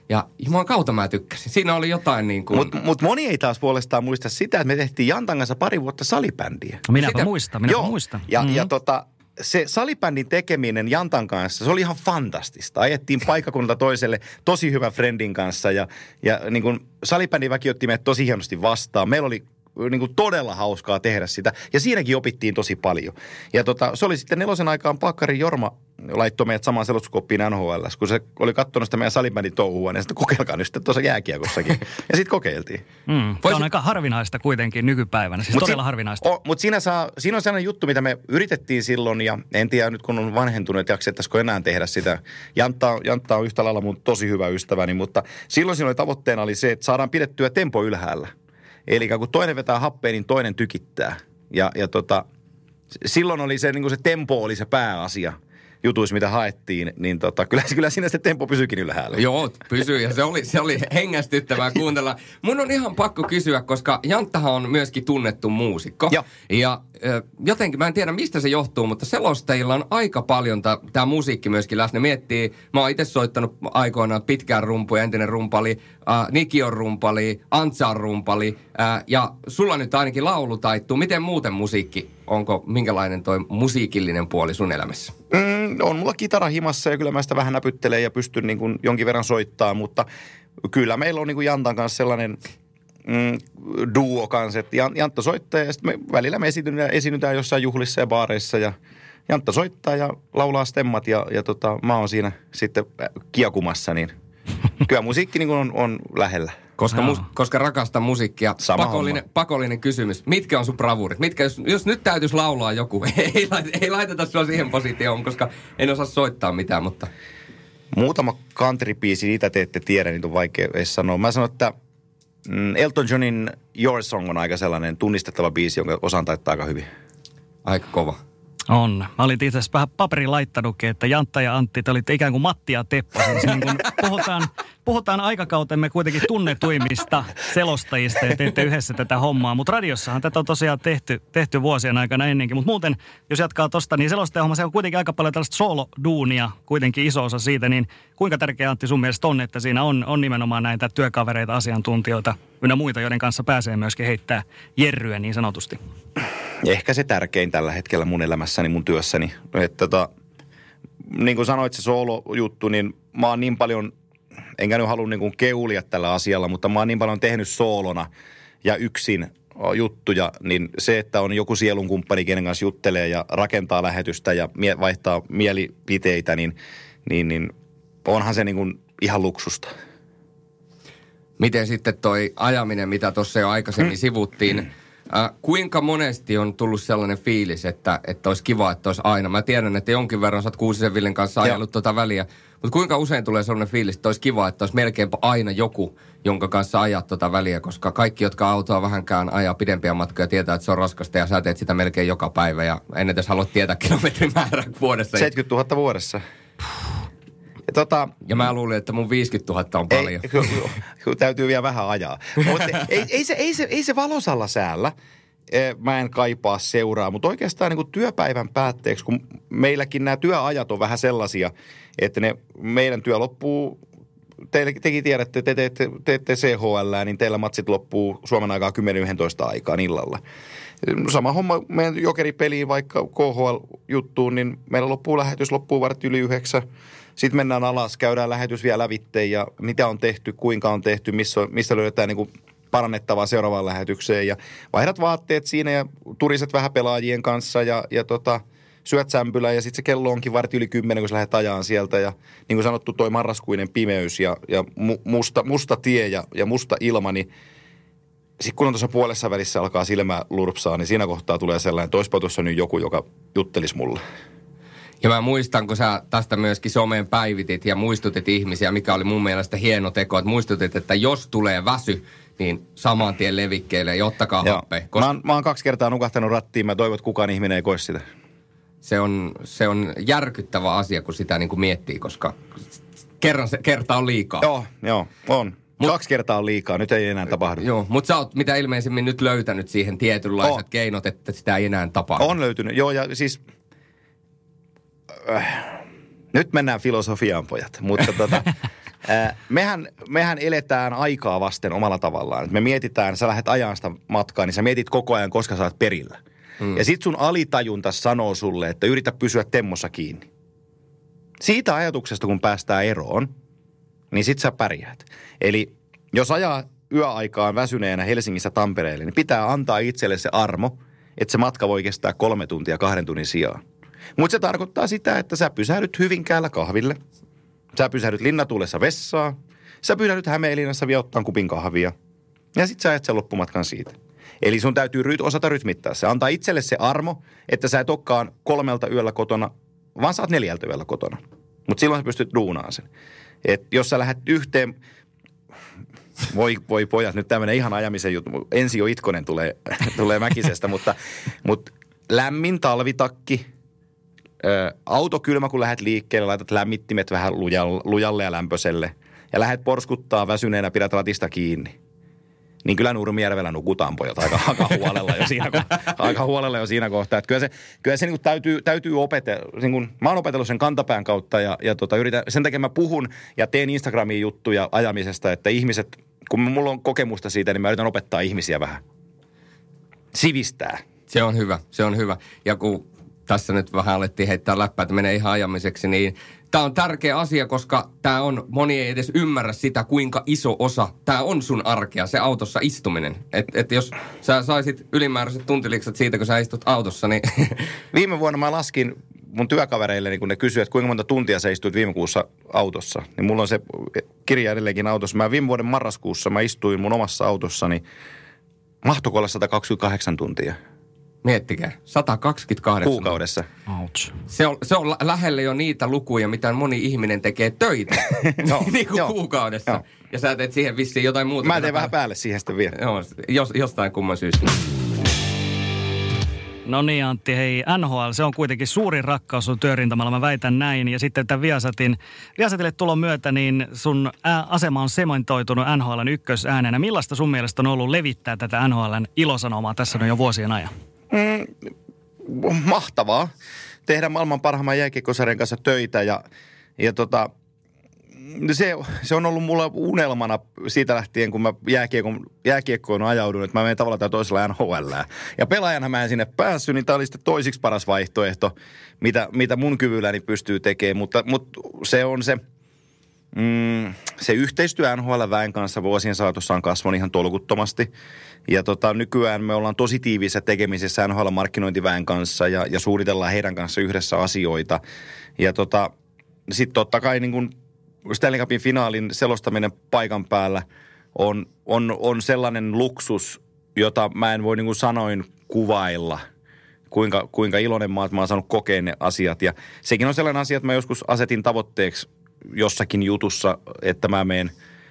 Ja juman kautta mä tykkäsin. Siinä oli jotain niin kuin... Mutta mut moni ei taas puolestaan muista sitä, että me tehtiin Jantan kanssa pari vuotta salibändiä. Minäpä Sitä... muistan, minäpä Joo. muistan. Ja, mm-hmm. ja tota, se salibändin tekeminen Jantan kanssa, se oli ihan fantastista. Ajettiin paikkakunnalta toiselle tosi hyvä friendin kanssa ja, ja niin kuin salibändin väki otti meidät tosi hienosti vastaan. Meillä oli niin kuin todella hauskaa tehdä sitä. Ja siinäkin opittiin tosi paljon. Ja tota, se oli sitten nelosen aikaan Pakkari Jorma laittoi meidät samaan selostuskoppiin N H L:ssä, kun se oli katsonut sitä meidän salibändin touhua, niin sitten kokeilkaa nyt sitten tuossa jääkiekossakin. Ja sitten kokeiltiin. Mm, se on aika harvinaista kuitenkin nykypäivänä, siis mut todella si- harvinaista. O, mutta siinä, saa, siinä on sellainen juttu, mitä me yritettiin silloin, ja en tiedä nyt kun on vanhentunut, että jaksettaisiko enää tehdä sitä. Jantta, Jantta on yhtä lailla mun tosi hyvä ystäväni, mutta silloin siinä oli tavoitteena oli se, että saadaan pidettyä tempo ylhäällä. Eli kun toinen vetää happea, niin toinen tykittää. Ja, ja tota, silloin oli se, niin kuin se tempo oli se pääasia jutuissa, mitä haettiin. Niin tota, kyllä, kyllä siinä se tempo pysyikin ylhäällä. Joo, pysyy ja se oli, se oli hengästyttävää kuuntella. Mun on ihan pakko kysyä, koska Janttahan on myöskin tunnettu muusikko. Joo. Ja jotenkin, mä en tiedä mistä se johtuu, mutta selostajilla on aika paljon tämä musiikki myöskin läsnä. Miettii, mä oon itse soittanut aikoinaan pitkään rumpuja, entinen rumpali, äh, Nikion rumpali, Antsa on rumpali, äh, ja sulla nyt ainakin laulu taittuu. Miten muuten musiikki, onko, minkälainen toi musiikillinen puoli sun elämässä? Mm, on mulla kitara himassa ja kyllä mä sitä vähän näpyttelen ja pystyn niin kuin jonkin verran soittaa, mutta kyllä meillä on niin kuin Jantan kanssa sellainen mm, duo kanssa, että Jantta soittaa ja sitten me välillä me esiinnytään, esiinnytään jossain juhlissa ja baareissa ja Jantta soittaa ja laulaa stemmat ja, ja tota, mä oon siinä sitten kiakumassa, niin kyllä musiikki niin kuin on, on lähellä. Koska, mus, koska rakastan musiikkia. Pakollinen, pakollinen kysymys. Mitkä on sun bravuurit? Mitkä, jos, jos nyt täytyisi laulaa joku, ei, ei laiteta sua siihen positioon, koska en osaa soittaa mitään, mutta... Muutama country-biisi, niitä te ette tiedä, niitä on vaikea edes sanoa. Mä sanon, että mm, Elton Johnin Your Song on aika sellainen tunnistettava biisi, jonka osaan taittaa aika hyvin. Aika kova. On. Mä olin itse asiassa vähän paperin laittanutkin, että Jantta ja Antti, te olitte ikään kuin Matti ja Teppo. Siis niin kun puhutaan, puhutaan aikakautemme kuitenkin tunnetuimmista selostajista ja teette yhdessä tätä hommaa. Mutta radiossahan tätä on tosiaan tehty, tehty vuosien aikana ennenkin. Mutta muuten, jos jatkaa tosta, niin selostajahommassa se on kuitenkin aika paljon tällaista soolo-duunia, kuitenkin iso osa siitä. Niin kuinka tärkeä, Antti, sun mielestä on, että siinä on, on nimenomaan näitä työkavereita, asiantuntijoita ynnä muita, joiden kanssa pääsee myöskin heittää jerryä niin sanotusti? Ehkä se tärkein tällä hetkellä mun elämässäni, mun työssäni. Että tota, niin kuin sanoit se soolo-juttu, niin mä oon niin paljon, enkä nyt halua niin kuin keulia tällä asialla, mutta mä oon niin paljon tehnyt soolona ja yksin juttuja, niin se, että on joku sielunkumppani, kenen kanssa juttelee ja rakentaa lähetystä ja mie- vaihtaa mielipiteitä, niin, niin, niin onhan se niin kuin ihan luksusta. Miten sitten toi ajaminen, mitä tuossa jo aikaisemmin hmm. sivuttiin, Äh, kuinka monesti on tullut sellainen fiilis, että, että olisi kiva, että olisi aina? Mä tiedän, että jonkin verran sä oot Kuusisen Villen kanssa ajellut tuota väliä, mutta kuinka usein tulee sellainen fiilis, että olisi kiva, että olisi melkeinpä aina joku, jonka kanssa ajaa tuota väliä, koska kaikki, jotka autoa vähänkään ajaa pidempiä matkoja, tietää, että se on raskasta ja sä teet sitä melkein joka päivä ja en edes halua tietää kilometrimäärää vuodessa. seitsemänkymmentätuhatta vuodessa. Ja, tota, ja mä luulin, että mun viisikymmentätuhatta on paljon. Ei, kyllä, kyllä täytyy vielä vähän ajaa. Mutta ei, ei, se, ei, se, ei se valosalla säällä. Mä en kaipaa seuraa, mutta oikeastaan niin kuin työpäivän päätteeksi, kun meilläkin nämä työajat on vähän sellaisia, että ne meidän työ loppuu, teille, tekin tiedätte, te teette, teette C H L, niin teillä matsit loppuu Suomen aikaa kymmenen yksitoista aikaan illalla. Sama homma meidän jokeripeliin, vaikka K H L-juttuun, niin meillä loppuu lähetys, loppuu vartti yli yhdeksän. Sitten mennään alas, käydään lähetys vielä lävitteen ja mitä on tehty, kuinka on tehty, missä, missä löydetään niin kuin parannettavaa seuraavaan lähetykseen. Ja vaihdat vaatteet siinä ja turiset vähän pelaajien kanssa ja, ja tota, syöt sämpylää ja sitten se kello onkin vartti yli kymmenen, kun sä lähdet ajaan sieltä. Ja niin kuin sanottu, toi marraskuinen pimeys ja, ja musta, musta tie ja, ja musta ilma, niin sitten kun on tuossa puolessa välissä alkaa silmä lurpsaa, niin siinä kohtaa tulee sellainen, että olisipa tuossa nyt joku, joka juttelisi mulle. Ja mä muistan, kun sä tästä myöskin someen päivitit ja muistutit ihmisiä, mikä oli mun mielestä hieno teko, että muistutit, että jos tulee väsy, niin saman tien levikkeelle ja ottakaa happea. Koska... Mä, oon, mä oon kaksi kertaa nukahtanut rattiin, mä toivon, että kukaan ihminen ei koe sitä. Se on, se on järkyttävä asia, kun sitä niin kuin miettii, koska kerran se, kerta on liikaa. Joo, joo, on. Mut, Kaksi kertaa on liikaa, nyt ei enää tapahdu. Joo, mutta sä oot mitä ilmeisimmin nyt löytänyt siihen tietynlaiset oh. keinot, että sitä ei enää tapahdu. On löytynyt, joo, ja siis... Äh, nyt mennään filosofiaan, pojat, mutta tota... Äh, mehän, mehän eletään aikaa vasten omalla tavallaan. Me mietitään, sä lähdet ajan sitä matkaa, niin sä mietit koko ajan, koska sä oot perillä. Mm. Ja sit sun alitajunta sanoo sulle, että yritä pysyä temmossa kiinni. Siitä ajatuksesta, kun päästään eroon, niin sit sä pärjäät. Eli jos ajaa yöaikaan väsyneenä Helsingissä Tampereelle, niin pitää antaa itselle se armo, että se matka voi kestää kolme tuntia kahden tunnin sijaan. Mutta se tarkoittaa sitä, että sä pysähdyt Hyvinkäällä kahville, sä pysähdyt Linnatuulessa vessaa, sä pysähdyt Hämeenlinnassa vielä ottaan kupin kahvia ja sit sä ajat sen loppumatkan siitä. Eli sun täytyy ryt, osata rytmittää se. Antaa itselle se armo, että sä et olekaan kolmelta yöllä kotona, vaan sä oot neljältä yöllä kotona. Mutta silloin sä pystyt duunaan sen. Et jos sä lähdet yhteen, voi, voi pojat, nyt tämmöinen ihan ajamisen juttu, ensi jo itkonen tulee, tulee Mäkisestä, mutta, mutta lämmin talvitakki, ö, auto kylmä, kun lähdet liikkeelle, laitat lämmittimet vähän lujalle, lujalle ja lämpöiselle ja lähdet porskuttaa väsyneenä, pidät ratista kiinni. Niin kyllä Nurmijärvellä nukutaan pojat aika, aika huolella jo siinä, aika huolella jo siinä kohtaa. Että kyllä se, kyllä se niin kuin täytyy, täytyy opetella. Niin kuin, mä oon opetellut sen kantapään kautta ja, ja tota, yritän, sen takia mä puhun ja teen Instagramiin juttuja ajamisesta, että ihmiset, kun mulla on kokemusta siitä, niin mä yritän opettaa ihmisiä vähän. Sivistää. Se on hyvä, se on hyvä. Ja kun tässä nyt vähän alettiin heittää läppää, että menee ihan ajamiseksi, niin tämä on tärkeä asia, koska tämä on, moni ei edes ymmärrä sitä, kuinka iso osa tämä on sun arkea, se autossa istuminen. Että et jos sä saisit ylimääräiset tuntiliksat siitä, kun sä istut autossa, niin... Viime vuonna mä laskin mun työkavereille, niin kun ne kysyivät, että kuinka monta tuntia sä istuit viime kuussa autossa. Niin mulla on se kirja edelleenkin autossa. Mä viime vuoden marraskuussa mä istuin mun omassa autossani, mahtoiko olla sata kaksikymmentäkahdeksan tuntia. Miettikää, sata kaksikymmentäkahdeksan. Kuukaudessa. Ouch. Se on, se on lähelle jo niitä lukuja, mitä moni ihminen tekee töitä no, niin kuin joo, kuukaudessa. Joo. Ja sä teet siihen vissiin jotain muuta. Mä teen vähän päälle siihen sitten vielä. Joo, jos, jostain kumman syystä. No niin Antti, hei N H L, se on kuitenkin suurin rakkaus sun työrintamalla, mä väitän näin. Ja sitten tämän Viasatin, Viasatille tulon myötä, niin sun ä, asema on sementoitunut N H L:n ykkösäänenä. Millaista sun mielestä on ollut levittää tätä N H L:n ilosanomaa tässä on jo vuosien ajan? Mm, mahtavaa tehdä maailman parhaimman jääkiekkosarjan kanssa töitä ja, ja tota, se, se on ollut mulla unelmana siitä lähtien, kun mä jääkiekkoon, jääkiekkoon ajaudun, että mä menen tavallaan tai toisella N H L:ään. Ja pelaajana mä en sinne päässyt, niin tää oli sitten toisiksi paras vaihtoehto, mitä, mitä mun kyvylläni pystyy tekemään, mutta, mutta se on se... Mm, se yhteistyö N H L-väen kanssa vuosien saatossa on kasvanut ihan tolkuttomasti. Ja tota, nykyään me ollaan tosi tiiviissä tekemisessä N H L-markkinointiväen kanssa ja, ja suunnitellaan heidän kanssa yhdessä asioita. Ja tota, sitten totta kai niin kun Stanley Cupin finaalin selostaminen paikan päällä on, on, on sellainen luksus, jota mä en voi niin kuin sanoin kuvailla. Kuinka, kuinka iloinen mä oon, että mä oon saanut kokea ne asiat. Ja sekin on sellainen asia, että mä joskus asetin tavoitteeksi jossakin jutussa, että mä menen,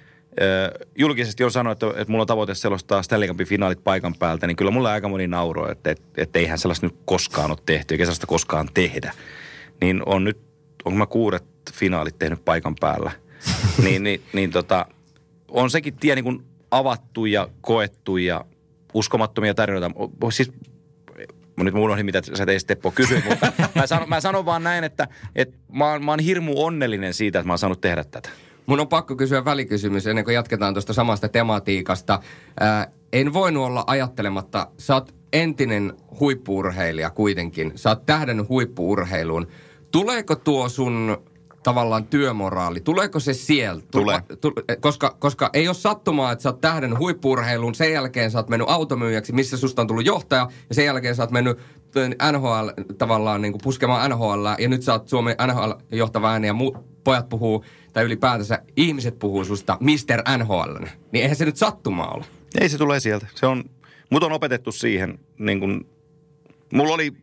äh, julkisesti on sanonut, että, että mulla on tavoite selostaa Stanley Cupin finaalit paikan päältä, niin kyllä mulla aika moni nauroi, että, että, että eihän sellaista nyt koskaan ole tehty, eikä sellaista koskaan tehdä. Niin on nyt, onko mä kuudet finaalit tehnyt paikan päällä, niin, niin, niin tota, on sekin tie niin kuin avattu ja koettu ja uskomattomia tarinoita. Siis nyt mä unohdin, mitä sä teisit Teppo kysyit, mutta mä sanon, mä sanon vaan näin, että, että mä, oon, mä oon hirmu onnellinen siitä, että mä oon saanut tehdä tätä. Mun on pakko kysyä välikysymys ennen kuin jatketaan tuosta samasta tematiikasta. Ää, en voinut olla ajattelematta, sä oot entinen huippu-urheilija kuitenkin, sä oot tähdännyt huippu-urheiluun. Tuleeko tuo sun tavallaan työmoraali, tuleeko se sieltä? Tulee. Tu, koska, koska ei ole sattumaa, että sä oot tähdännyt huippu-urheiluun, sen jälkeen sä oot mennyt automyyjäksi, missä susta on tullut johtaja, ja sen jälkeen sä oot mennyt N H L tavallaan niin kuin puskemaan N H L, ja nyt sä oot Suomen N H L-johtava ääni, ja mu, pojat puhuu, tai ylipäätänsä ihmiset puhuu susta mister N H L. Niin eihän se nyt sattumaa ole. Ei se tulee sieltä. Se on, mut on opetettu siihen, niin kuin, mulla oli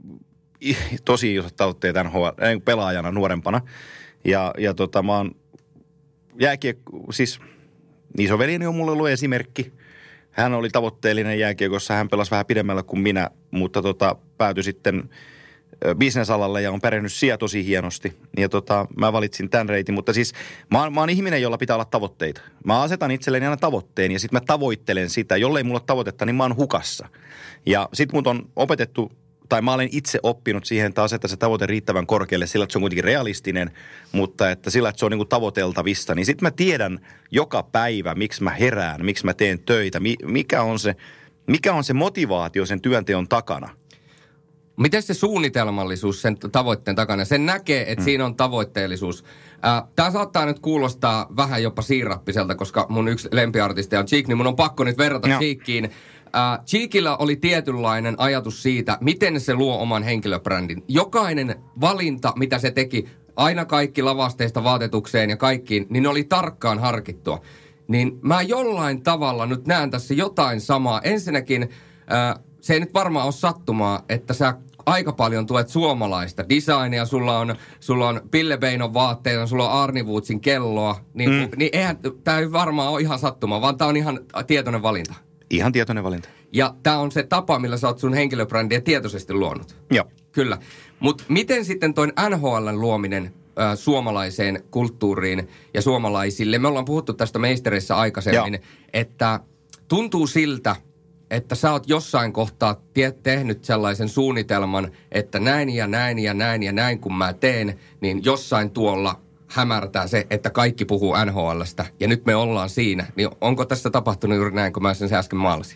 tosi isot tavoitteet N H L, pelaajana nuorempana. Ja, ja tota mä oon jääkiekko, siis isoveljeni on mulle ollut esimerkki. Hän oli tavoitteellinen jääkiekossa, hän pelasi vähän pidemmällä kuin minä, mutta tota päätyi sitten bisnesalalle ja on pärjännyt siellä tosi hienosti. Ja tota mä valitsin tämän reitin, mutta siis mä oon, mä oon ihminen, jolla pitää olla tavoitteita. Mä asetan itselleni aina tavoitteen ja sitten mä tavoittelen sitä. Jollei mulla ole tavoitetta, niin mä oon hukassa. Ja sit mut on opetettu tai mä olen itse oppinut siihen, että asettaa se tavoite riittävän korkealle sillä, että se on kuitenkin realistinen, mutta että sillä, että se on niin kuin tavoiteltavissa. Niin sitten mä tiedän joka päivä, miksi mä herään, miksi mä teen töitä, mikä on se, mikä on se motivaatio sen työnteon takana. Miten se suunnitelmallisuus sen tavoitteen takana? Sen näkee, että hmm. siinä on tavoitteellisuus. Tämä saattaa nyt kuulostaa vähän jopa siirappiselta, koska mun yksi lempiartisti on Cheek, niin mun on pakko nyt verrata no. Cheekiin. Uh, Cheekillä oli tietynlainen ajatus siitä, miten se luo oman henkilöbrändin. Jokainen valinta, mitä se teki, aina kaikki lavasteista vaatetukseen ja kaikkiin, niin ne oli tarkkaan harkittua. Niin mä jollain tavalla nyt näen tässä jotain samaa. Ensinnäkin uh, se ei nyt varmaan ole sattumaa, että sä aika paljon tuet suomalaista designia, sulla on, sulla on Pille Beinon vaatteita, sulla on Arni Woodsin kelloa, niin, mm. niin eihän tämä ei varmaan ole ihan sattumaa, vaan tämä on ihan tietoinen valinta. Ihan tietoinen valinta. Ja tämä on se tapa, millä sä oot sun henkilöbrändiä tietoisesti luonut. Joo. Kyllä. Mutta miten sitten toin N H L:n luominen äh, suomalaiseen kulttuuriin ja suomalaisille? Me ollaan puhuttu tästä meistereissä aikaisemmin, Joo. että tuntuu siltä, että sä oot jossain kohtaa te- tehnyt sellaisen suunnitelman, että näin ja näin ja näin ja näin kun mä teen, niin jossain tuolla hämärtää se, että kaikki puhuu N H L:stä ja nyt me ollaan siinä. Niin onko tässä tapahtunut juuri näin, kun mä sen äsken maalasin?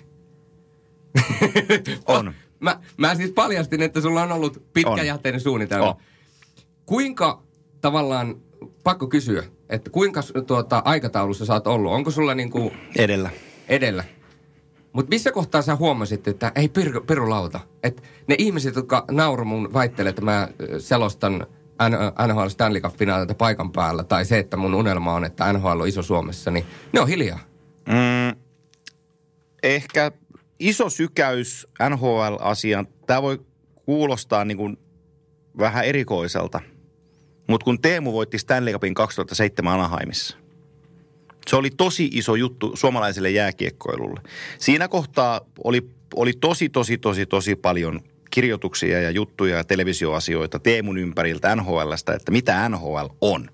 On. mä, mä siis paljastin, että sulla on ollut pitkäjänteinen suunnitelma. On. Kuinka tavallaan, pakko kysyä, että kuinka tuota, aikataulussa sä oot ollut? Onko sulla niinku... Edellä. Edellä. Mutta missä kohtaa sä huomasit, että ei piru, pirulauta? Että ne ihmiset, jotka nauru mun väittelee, että mä selostan N H L Stanley Cup-finaalilta paikan päällä, tai se, että mun unelma on, että N H L on iso Suomessa, niin ne on hiljaa. Mm, ehkä iso sykäys N H L-asiaan. Tämä voi kuulostaa niin kuin vähän erikoiselta, mutta kun Teemu voitti Stanley Cupin kaksituhattaseitsemän Anaheimissa, se oli tosi iso juttu suomalaiselle jääkiekkoilulle. Siinä kohtaa oli, oli tosi, tosi, tosi, tosi paljon kirjoituksia ja juttuja ja televisioasioita Teemun ympäriltä N H L:stä, että mitä N H L on.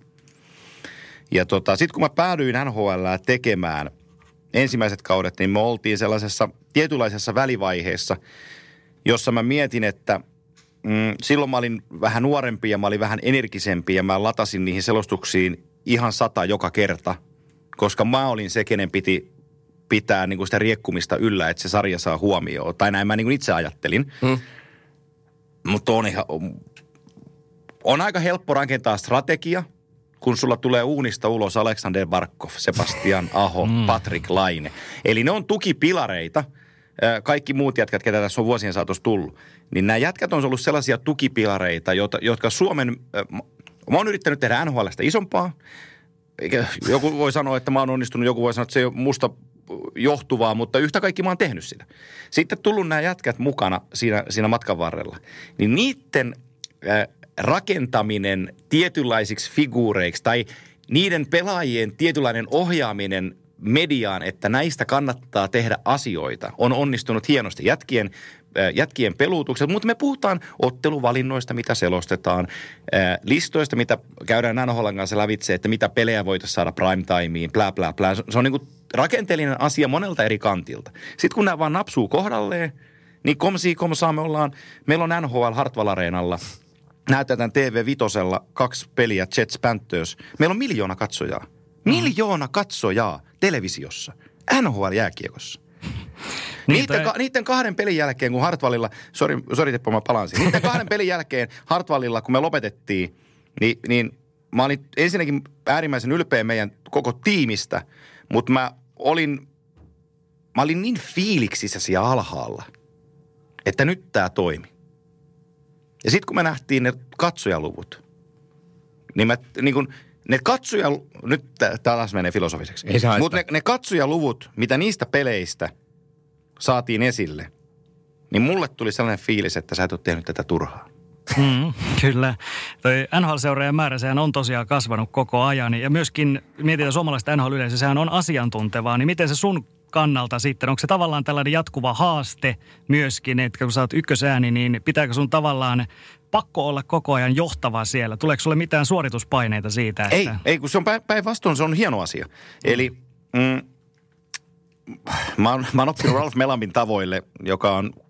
Ja tota, sitten kun mä päädyin N H L:ää tekemään ensimmäiset kaudet, niin me oltiin sellaisessa tietynlaisessa välivaiheessa, jossa mä mietin, että mm, silloin mä olin vähän nuorempi ja mä olin vähän energisempi ja mä latasin niihin selostuksiin ihan sata joka kerta, koska mä olin se, kenen piti pitää niin kuin sitä riekkumista yllä, että se sarja saa huomioon. Tai näin mä niin kuin itse ajattelin. Hmm. Mutta on, ihan, on aika helppo rakentaa strategia, kun sulla tulee uunista ulos Aleksander Barkov, Sebastian Aho, hmm. Patrick Laine. Eli ne on tukipilareita. Kaikki muut jätkät, ketä tässä on vuosien saatossa tullut. Niin nämä jätkät on ollut sellaisia tukipilareita, jotka Suomen... Mä oon yrittänyt tehdä N H L:stä isompaa. Joku voi sanoa, että mä oon onnistunut, joku voi sanoa, että se ei ole musta johtuvaa, mutta yhtä kaikki mä oon tehnyt sitä. Sitten tullut nämä jätkät mukana siinä, siinä matkan varrella. Niin niiden äh, rakentaminen tietynlaisiksi figuureiksi tai niiden pelaajien tietynlainen ohjaaminen mediaan, että näistä kannattaa tehdä asioita, on onnistunut hienosti jätkien, äh, jätkien peluutukset. Mutta me puhutaan otteluvalinnoista, mitä selostetaan, äh, listoista, mitä käydään N H L:n kanssa lävitse, että mitä pelejä voitaisiin saada prime-timeen, plää, plää, plää. Se on niin kuin rakenteellinen asia monelta eri kantilta. Sitten kun nämä vaan napsuu kohdalleen, niin komsi komsaa me ollaan, meillä on N H L Hartwall Areenalla, näytetään T V Vitosella kaksi peliä, Jets Panthers. Meillä on miljoona katsojaa. Miljoona katsojaa televisiossa, N H L-jääkiekossa. Niiden, ka, niiden kahden pelin jälkeen, kun Hartwallilla, sori, sori Teppo, mä palaan siihen. Niiden kahden pelin jälkeen Hartwallilla, kun me lopetettiin, niin, niin mä olin ensinnäkin äärimmäisen ylpeä meidän koko tiimistä, mutta mä olin, mä olin niin fiiliksissä siellä alhaalla, että nyt tää toimi. Ja sitten kun me nähtiin ne katsojaluvut, niin mä niin kun, ne katsoja, nyt tää taas menee filosofiseksi, mutta ne, ne katsojaluvut, mitä niistä peleistä saatiin esille, niin mulle tuli sellainen fiilis, että sä et ole tehnyt tätä turhaa. Mm, kyllä. Toi N H L-seuraajan määrä, sehän on tosiaan kasvanut koko ajan. Ja myöskin mietitään suomalaista N H L-yleisöä, sehän on asiantuntevaa. Niin miten se sun kannalta sitten, onko se tavallaan tällainen jatkuva haaste myöskin, että kun sä oot ykkösääni, niin pitääkö sun tavallaan pakko olla koko ajan johtava siellä? Tuleeko sulle mitään suorituspaineita siitä? Että... Ei, ei, kun se on päinvastoin, se on hieno asia. Mm. Eli mm, mä, oon, mä oon oppinut Ralph Melamin tavoille, joka on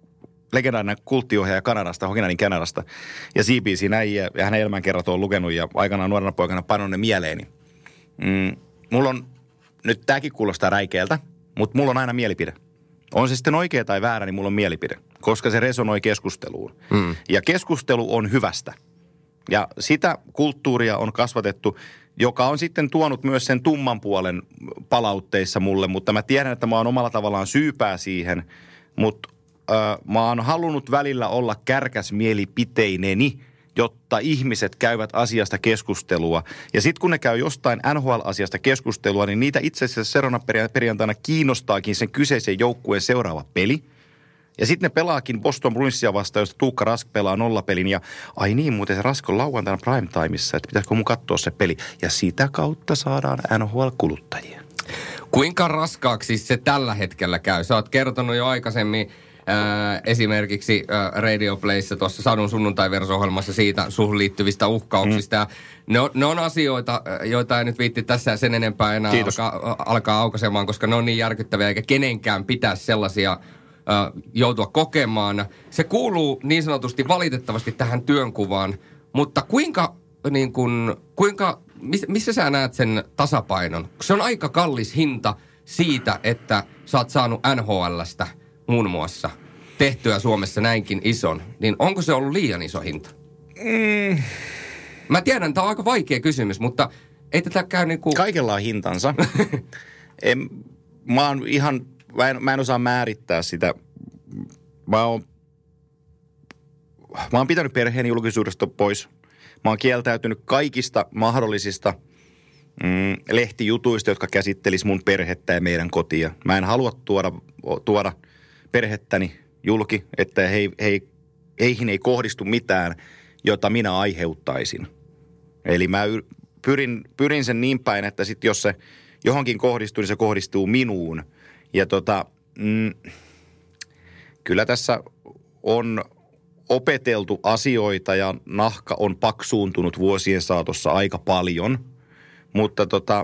legendaarinen kulttiohjaaja Kanadasta, Hoginanin Kanadasta. Ja C B C näijiä ja hänen elämänkerrat on lukenut ja aikanaan nuorena poikana pannut ne mieleeni. Mm, mulla on, nyt tääkin kuulostaa räikeältä, mutta mulla on aina mielipide. On se sitten oikea tai väärä, niin mulla on mielipide, koska se resonoi keskusteluun. Mm. Ja keskustelu on hyvästä. Ja sitä kulttuuria on kasvatettu, joka on sitten tuonut myös sen tumman puolen palautteissa mulle, mutta mä tiedän, että mä oon omalla tavallaan syypää siihen, mutta äh, mä oon halunnut välillä olla kärkäs mielipiteineni, jotta ihmiset käyvät asiasta keskustelua. Ja sitten kun ne käy jostain N H L-asiasta keskustelua, niin niitä itse asiassa seuraavana perjantaina kiinnostaakin sen kyseisen joukkueen seuraava peli. Ja sitten ne pelaakin Boston Bruinsia vastaan, josta Tuukka Rask pelaa nollapelin. Ja ai niin, muuten se Rask on lauantaina primetimeissa, että pitäisikö mun katsoa se peli. Ja sitä kautta saadaan N H L-kuluttajia. Kuinka raskaaksi se tällä hetkellä käy? Sä oot kertonut jo aikaisemmin äh, esimerkiksi äh, Radio Playssa tuossa Sadun sunnuntai-verso-ohjelmassa siitä suhun liittyvistä uhkauksista. Mm. Ne, on, ne on asioita, joita ei nyt viitti tässä sen enempää enää alkaa, alkaa aukaisemaan, koska ne on niin järkyttäviä, eikä kenenkään pitäisi sellaisia joutua kokemaan. Se kuuluu niin sanotusti valitettavasti tähän työnkuvaan, mutta kuinka, niin kun, kuinka missä sä näet sen tasapainon? Se on aika kallis hinta siitä, että sä oot saanut N H L:stä muun muassa tehtyä Suomessa näinkin ison, niin onko se ollut liian iso hinta? Mm. Mä tiedän, tämä on aika vaikea kysymys, mutta ei tätä käy niin kuin... Kaikella on hintansa. en, mä oon ihan... Mä en, mä en osaa määrittää sitä. Mä oon, mä oon pitänyt perheen julkisuudesta pois. Mä oon kieltäytynyt kaikista mahdollisista mm, lehtijutuista, jotka käsittelis mun perhettä ja meidän kotia. Mä en halua tuoda, tuoda perhettäni julki, että he, he, heihin ei kohdistu mitään, jota minä aiheuttaisin. Eli mä pyrin, pyrin sen niin päin, että sit jos se johonkin kohdistuu, niin se kohdistuu minuun. Ja tota, mm, kyllä tässä on opeteltu asioita ja nahka on paksuuntunut vuosien saatossa aika paljon. Mutta tota,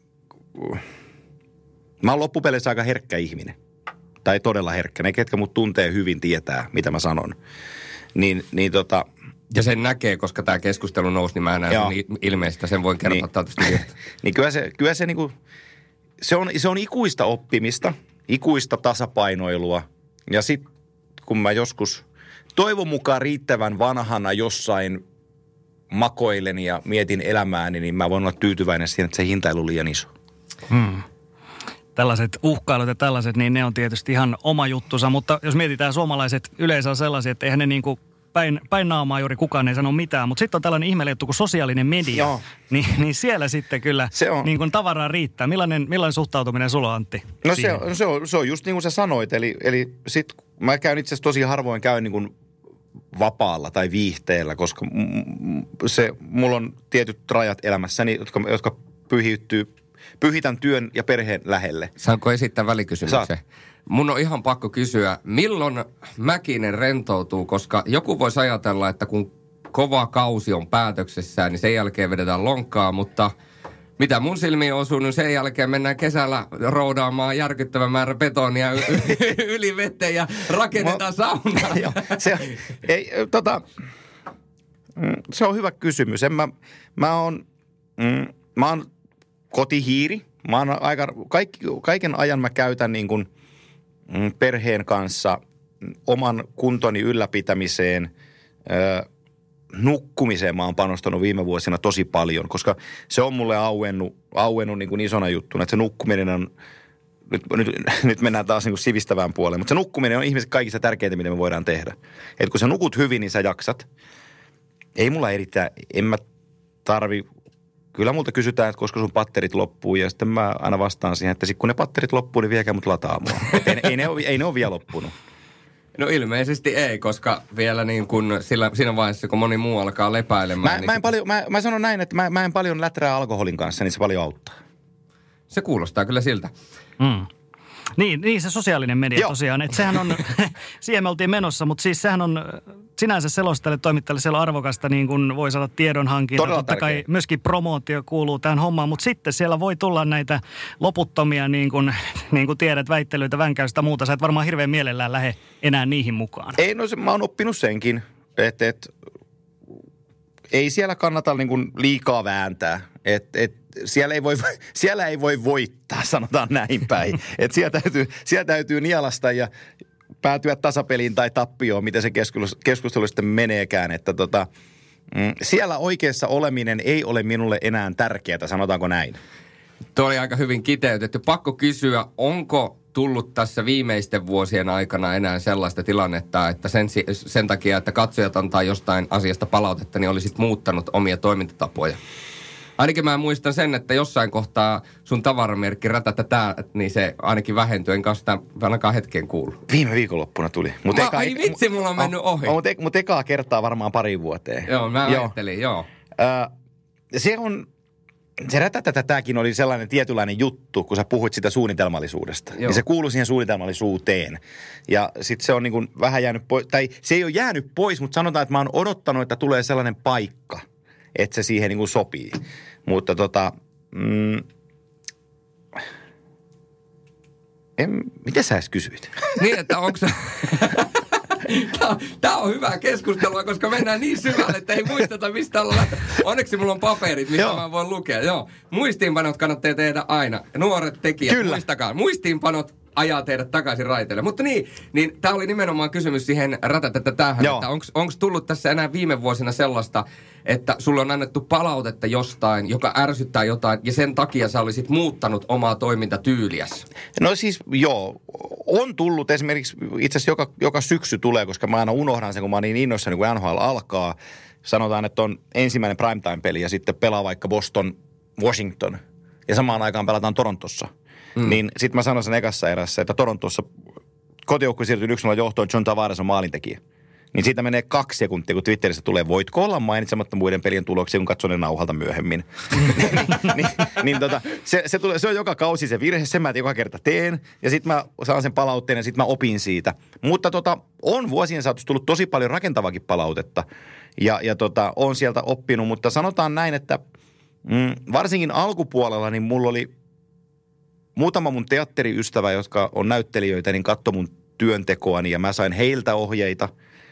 mä oon loppupeleissä aika herkkä ihminen. Tai todella herkkä. Ne, ketkä mut tuntee hyvin, tietää, mitä mä sanon. Niin, niin tota... Ja sen näkee, koska tämä keskustelu nousi, niin mä näen sen ilmeistä. Sen voin kertoa tietysti. Niin, niin kyllä se, kyllä se niinku... Se on, se on ikuista oppimista, ikuista tasapainoilua. Ja sitten kun mä joskus toivon mukaan riittävän vanhana jossain makoilen ja mietin elämääni, niin mä voin olla tyytyväinen siihen, että se hinta ei ollut liian iso. Hmm. Tällaiset uhkailut ja tällaiset, niin ne on tietysti ihan oma juttusa. Mutta jos mietitään, suomalaiset yleensä on sellaisia, että eihän ne niin kuin päin, päin naamaa juuri kukaan ei sano mitään. Mutta sitten on tällainen ihmeellinen juttu kuin sosiaalinen media. Niin, niin siellä sitten kyllä niin kuin tavaraa riittää. Millainen, millainen suhtautuminen sulla on, Antti? No se on, se, on, se on just niin kuin sä sanoit. Eli, eli sit mä käyn itse asiassa tosi harvoin käyn niin kuin vapaalla tai viihteellä, koska se, mulla on tietyt rajat elämässäni, jotka, jotka pyhittyy, pyhitän työn ja perheen lähelle. Saanko esittää välikysymyksen? Saat. Mun on ihan pakko kysyä, milloin Mäkinen rentoutuu, koska joku voisi ajatella, että kun kova kausi on päätöksessään, niin sen jälkeen vedetään lonkkaa, mutta mitä mun silmiin osuu, niin sen jälkeen mennään kesällä roudaamaan järkyttävän määrä betonia y- yli veteen ja rakennetaan saunaa. Joo, se, ei, tota, se on hyvä kysymys. En mä, mä oon, mm, mä oon kotihiiri. Mä oon aika, kaikki, kaiken ajan mä käytän niin kuin mm, perheen kanssa oman kuntoni ylläpitämiseen, ö, nukkumiseen mä oon panostanut viime vuosina tosi paljon, koska se on mulle auennut, auennut niin kuin isona juttuna, että se nukkuminen on, nyt, nyt, nyt mennään taas niin kuin sivistävään puoleen, mutta se nukkuminen on ihmiset kaikista tärkeintä, mitä me voidaan tehdä. Että kun sä nukut hyvin, niin sä jaksat. Ei mulla erittäin, en mä tarvi, kyllä multa kysytään, että koska sun patterit loppuu, ja sitten mä aina vastaan siihen, että sit kun ne patterit loppuu, niin viekää mut lataamaan. ei, ei, ne ole, ei ne ole vielä loppunut. No ilmeisesti ei, koska vielä niin kuin sillä, siinä vaiheessa, kun moni muu alkaa lepäilemään. Mä, niin mä, en paljon, mä, mä sanon näin, että mä, mä en paljon läträä alkoholin kanssa, niin se paljon auttaa. Se kuulostaa kyllä siltä. Mm. Niin, niin se sosiaalinen media Joo. tosiaan, että sehän on, siihen me oltiin menossa, mutta siis sehän on sinänsä selostajalle toimittajalle siellä arvokasta, niin kuin voi saada tiedonhankinta. Todella Totta tärkeä. kai myöskin promootio kuuluu tähän hommaan, mutta sitten siellä voi tulla näitä loputtomia, niin kuin, niin kuin tiedät, väittelyitä, vänkäystä ja muuta. Sä et varmaan hirveän mielellään lähde enää niihin mukaan. Ei, no se, mä oon oppinut senkin, että et, ei siellä kannata niin kuin liikaa vääntää. Että et, siellä, ei voi, siellä ei voi voittaa, sanotaan näin päin. Että siellä täytyy, siellä täytyy nielasta ja päätyä tasapeliin tai tappioon, miten se keskustelu, keskustelu sitten meneekään. Että tota, mm, siellä oikeassa oleminen ei ole minulle enää tärkeää, sanotaanko näin. Tuo oli aika hyvin kiteytetty. Pakko kysyä, onko tullut tässä viimeisten vuosien aikana enää sellaista tilannetta, että sen, sen takia, että katsojat antaa jostain asiasta palautetta, niin olisit muuttanut omia toimintatapoja? Ainakin mä muistan sen, että jossain kohtaa sun tavaramerkki rätätä tää, niin se ainakin vähentyy, enkä ole sitä ainakaan hetken kuullut. Viime viikonloppuna tuli. Mut Mä, eka, ai vitsi, mulla on mennyt ohi. Mutta mut ekaa kertaa varmaan pari vuoteen. Joo, mä ajattelin, joo. Ö, se on, se rätätätä tämäkin oli sellainen tietynlainen juttu, kun sä puhuit sitä suunnitelmallisuudesta. Joo. Niin se kuului siihen suunnitelmallisuuteen. Ja sit se on niin kuin vähän jäänyt pois, tai se ei ole jäänyt pois, mutta sanotaan, että mä oon odottanut, että tulee sellainen paikka, että se siihen niin kuin sopii. Mutta tota, mm, en, miten sä edes kysyit? Niin, että onko se... Tämä on hyvää keskustelua, koska mennään niin syvälle, että ei muisteta, mistä ollaan lähtö. Onneksi mulla on paperit, mistä Joo. mä voin lukea. Joo. Muistiinpanot kannattaa tehdä aina. Nuoret tekijät, Kyllä. muistakaa. Muistiinpanot ajaa teidät takaisin raiteille. Mutta niin, niin tämä oli nimenomaan kysymys siihen rätätätä tähän, Joo. että onko tullut tässä enää viime vuosina sellaista, että sulle on annettu palautetta jostain, joka ärsyttää jotain, ja sen takia sä olisit muuttanut omaa toimintatyyliäsi? No siis joo, on tullut esimerkiksi, itse asiassa joka, joka syksy tulee, koska mä aina unohdan sen, kun mä oon niin innoissani, kun N H L alkaa. Sanotaan, että on ensimmäinen primetime-peli ja sitten pelaa vaikka Boston, Washington ja samaan aikaan pelataan Torontossa. Mm. Niin sitten mä sanon sen ekassa erässä, että Torontossa kotijoukkue siirtyy yksi nolla johtoon, John Tavares on maalintekijä. Niin siitä menee kaksi sekuntia, kun Twitterissä tulee, voitko olla mainitsematta muiden pelien tuloksia, kun katsoo ne nauhalta myöhemmin. niin, niin tota, se, se, tulee, se on joka kausi se virhe, sen mä joka kerta teen, ja sitten mä saan sen palautteen, ja sitten mä opin siitä. Mutta tota, on vuosien saatossa tullut tosi paljon rakentavakin palautetta, ja, ja tota, on sieltä oppinut, mutta sanotaan näin, että mm, varsinkin alkupuolella, niin mulla oli muutama mun teatteriystävä, jotka on näyttelijöitä, niin katsoi mun työntekoani, ja mä sain heiltä ohjeita.